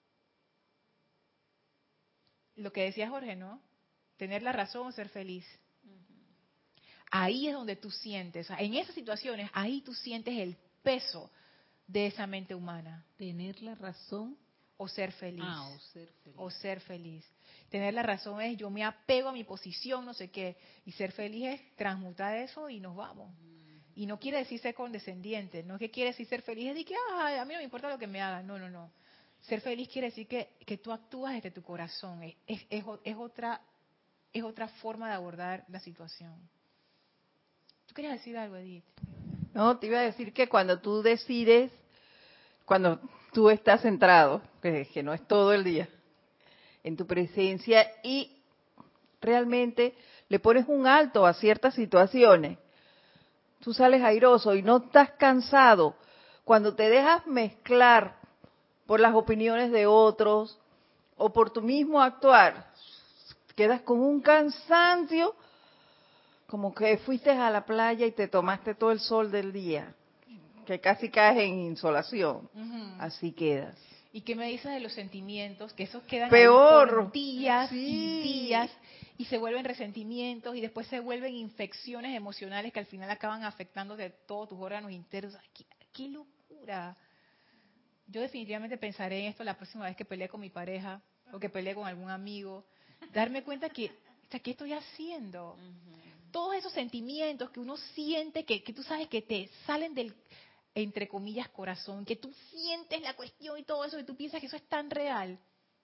Lo que decía Jorge, ¿no? Tener la razón o ser feliz. Ahí es donde tú sientes, o sea, en esas situaciones, ahí tú sientes el peso de esa mente humana. Tener la razón o ser feliz. o ser feliz. O ser feliz. Tener la razón es yo me apego a mi posición, no sé qué. Y ser feliz es transmutar eso y nos vamos. Y no quiere decir ser condescendiente, no es que quiere decir ser feliz, es de que a mí no me importa lo que me hagan. No. Ser feliz quiere decir que tú actúas desde tu corazón. Es otra forma de abordar la situación. ¿Tú querías decir algo, Edith? No, te iba a decir que cuando tú decides, cuando tú estás centrado, que no es todo el día, en tu presencia y realmente le pones un alto a ciertas situaciones, tú sales airoso y no estás cansado. Cuando te dejas mezclar por las opiniones de otros o por tu mismo actuar, quedas con un cansancio como que fuiste a la playa y te tomaste todo el sol del día, que casi caes en insolación. Así quedas. ¿Y qué me dices de los sentimientos? Que esos quedan Peor. Ahí por días Sí. y días y se vuelven resentimientos y después se vuelven infecciones emocionales que al final acaban afectando de todos tus órganos internos. ¡Qué locura! Yo definitivamente pensaré en esto la próxima vez que pelee con mi pareja o que pelee con algún amigo. Darme cuenta que, ¿qué estoy haciendo? Todos esos sentimientos que uno siente, que tú sabes que te salen del, entre comillas, corazón, que tú sientes la cuestión y todo eso, y tú piensas que eso es tan real.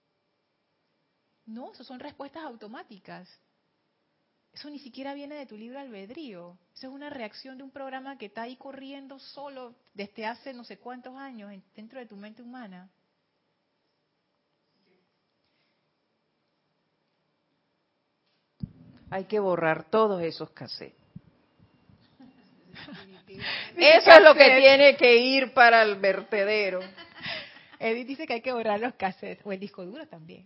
No, eso son respuestas automáticas. Eso ni siquiera viene de tu libre albedrío. Eso es una reacción de un programa que está ahí corriendo solo desde hace no sé cuántos años dentro de tu mente humana. Hay que borrar todos esos cassettes. Eso es lo que tiene que ir para el vertedero. Edith dice que hay que borrar los cassettes, o el disco duro también.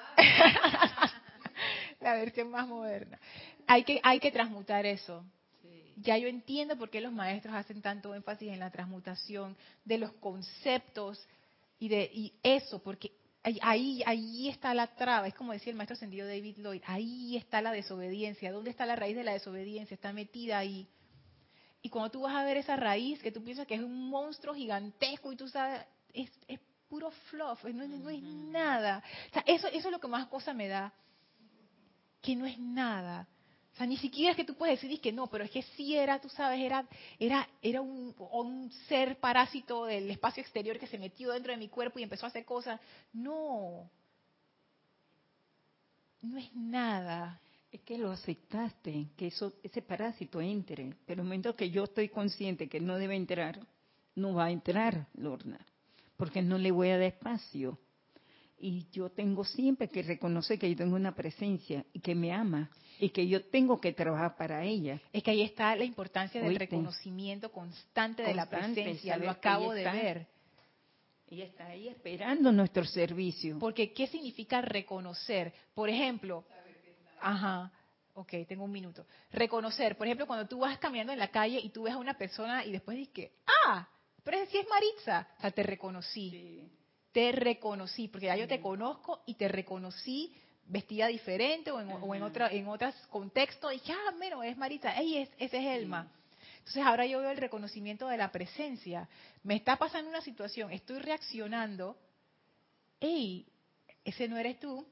La versión más moderna. Hay que transmutar eso. Ya yo entiendo por qué los maestros hacen tanto énfasis en la transmutación de los conceptos y eso, porque ahí está la traba. Es como decía el maestro ascendido David Lloyd, ahí está la desobediencia. ¿Dónde está la raíz de la desobediencia? Está metida ahí. Y cuando tú vas a ver esa raíz, que tú piensas que es un monstruo gigantesco y tú sabes, es puro fluff, no es nada. O sea, eso es lo que más cosa me da, que no es nada. O sea, ni siquiera es que tú puedes decir que no, pero es que sí era, tú sabes, era un ser parásito del espacio exterior que se metió dentro de mi cuerpo y empezó a hacer cosas. No es nada. Es que lo aceptaste, que ese parásito entre, pero el momento que yo estoy consciente que no debe entrar, no va a entrar, Lorna, porque no le voy a dar espacio. Y yo tengo siempre que reconocer que yo tengo una presencia y que me ama y que yo tengo que trabajar para ella. Es que ahí está la importancia del Oíste. reconocimiento constante de la Constante, presencia. saber Lo que acabo ella de está. ver. Ella está ahí esperando nuestro servicio. Porque, ¿qué significa reconocer? Por ejemplo, ajá, ok, tengo un minuto. Reconocer, por ejemplo, cuando tú vas caminando en la calle y tú ves a una persona y después dices, pero si es Maritza, o sea, te reconocí. Sí. Te reconocí, porque ya yo te conozco y te reconocí vestida diferente o en otros contextos. Y ya, menos, es Maritza, ese es Elma. Entonces ahora yo veo el reconocimiento de la presencia. Me está pasando una situación, estoy reaccionando. Ese no eres tú.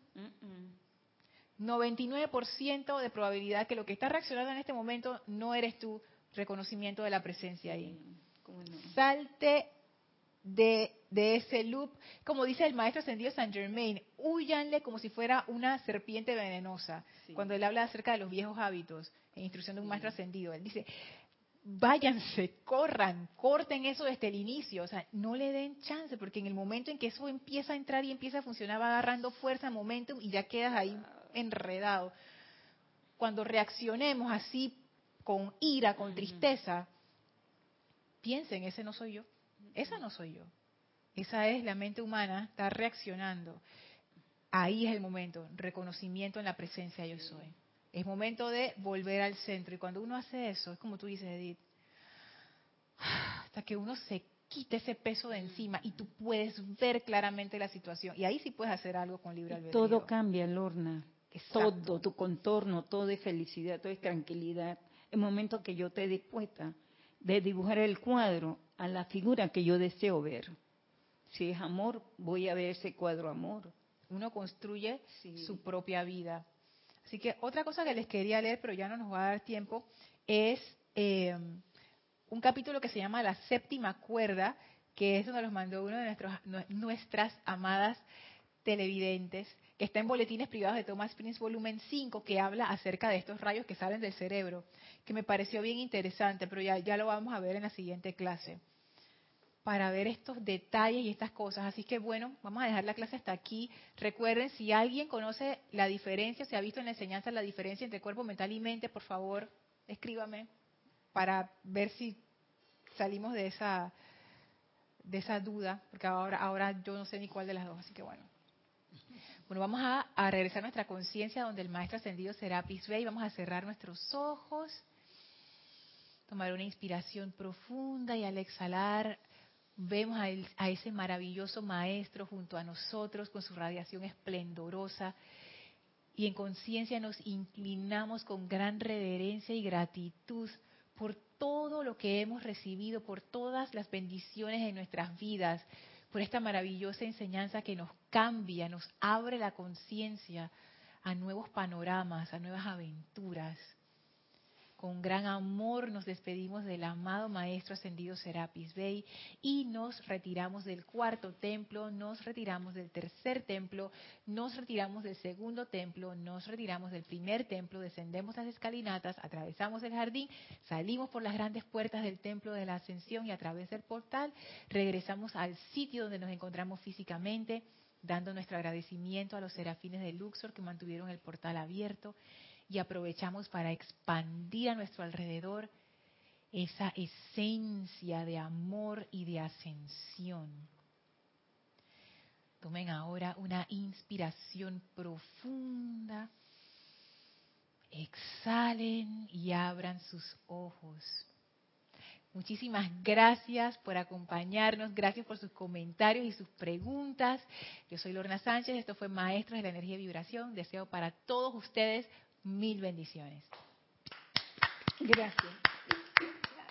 99% de probabilidad que lo que está reaccionando en este momento no eres tú. Reconocimiento de la presencia ahí. ¿Cómo no? Salte de ese loop, como dice el maestro ascendido Saint Germain, húyanle como si fuera una serpiente venenosa. Sí. Cuando él habla acerca de los viejos hábitos, en instrucción de un maestro ascendido, él dice, váyanse, corran, corten eso desde el inicio, o sea, no le den chance, porque en el momento en que eso empieza a entrar y empieza a funcionar, va agarrando fuerza, momentum, y ya quedas ahí enredado. Cuando reaccionemos así, con ira, con tristeza, piensen, ese no soy yo. Esa no soy yo. Esa es la mente humana, está reaccionando. Ahí es el momento, reconocimiento en la presencia yo soy. Es momento de volver al centro. Y cuando uno hace eso, es como tú dices, Edith, hasta que uno se quite ese peso de encima y tú puedes ver claramente la situación. Y ahí sí puedes hacer algo con libre albedrío. Todo cambia, Lorna. Exacto. Todo, tu contorno, todo es felicidad, todo es tranquilidad. El momento que yo esté dispuesta de dibujar el cuadro a la figura que yo deseo ver. Si es amor, voy a ver ese cuadro amor. Uno construye su propia vida. Así que otra cosa que les quería leer, pero ya no nos va a dar tiempo, es un capítulo que se llama La Séptima Cuerda, que es donde nos mandó uno de nuestras amadas televidentes, que está en Boletines Privados de Thomas Prince, volumen 5, que habla acerca de estos rayos que salen del cerebro, que me pareció bien interesante, pero ya lo vamos a ver en la siguiente clase, para ver estos detalles y estas cosas. Así que bueno, vamos a dejar la clase hasta aquí. Recuerden, si alguien conoce la diferencia, se ha visto en la enseñanza la diferencia entre cuerpo, mental y mente, por favor, escríbame para ver si salimos de esa duda, porque ahora yo no sé ni cuál de las dos, así que bueno. Bueno, vamos a regresar a nuestra conciencia donde el Maestro Ascendido Serapis Bey. Vamos a cerrar nuestros ojos, tomar una inspiración profunda y al exhalar vemos a ese maravilloso Maestro junto a nosotros con su radiación esplendorosa y en conciencia nos inclinamos con gran reverencia y gratitud por todo lo que hemos recibido, por todas las bendiciones en nuestras vidas, por esta maravillosa enseñanza que nos cambia, nos abre la conciencia a nuevos panoramas, a nuevas aventuras. Con gran amor nos despedimos del amado Maestro Ascendido Serapis Bey y nos retiramos del cuarto templo, nos retiramos del tercer templo, nos retiramos del segundo templo, nos retiramos del primer templo, descendemos las escalinatas, atravesamos el jardín, salimos por las grandes puertas del templo de la Ascensión y a través del portal regresamos al sitio donde nos encontramos físicamente, dando nuestro agradecimiento a los serafines de Luxor que mantuvieron el portal abierto. Y aprovechamos para expandir a nuestro alrededor esa esencia de amor y de ascensión. Tomen ahora una inspiración profunda. Exhalen y abran sus ojos. Muchísimas gracias por acompañarnos, gracias por sus comentarios y sus preguntas. Yo soy Lorna Sánchez, esto fue Maestros de la Energía y Vibración. Deseo para todos ustedes 1000 bendiciones. Gracias.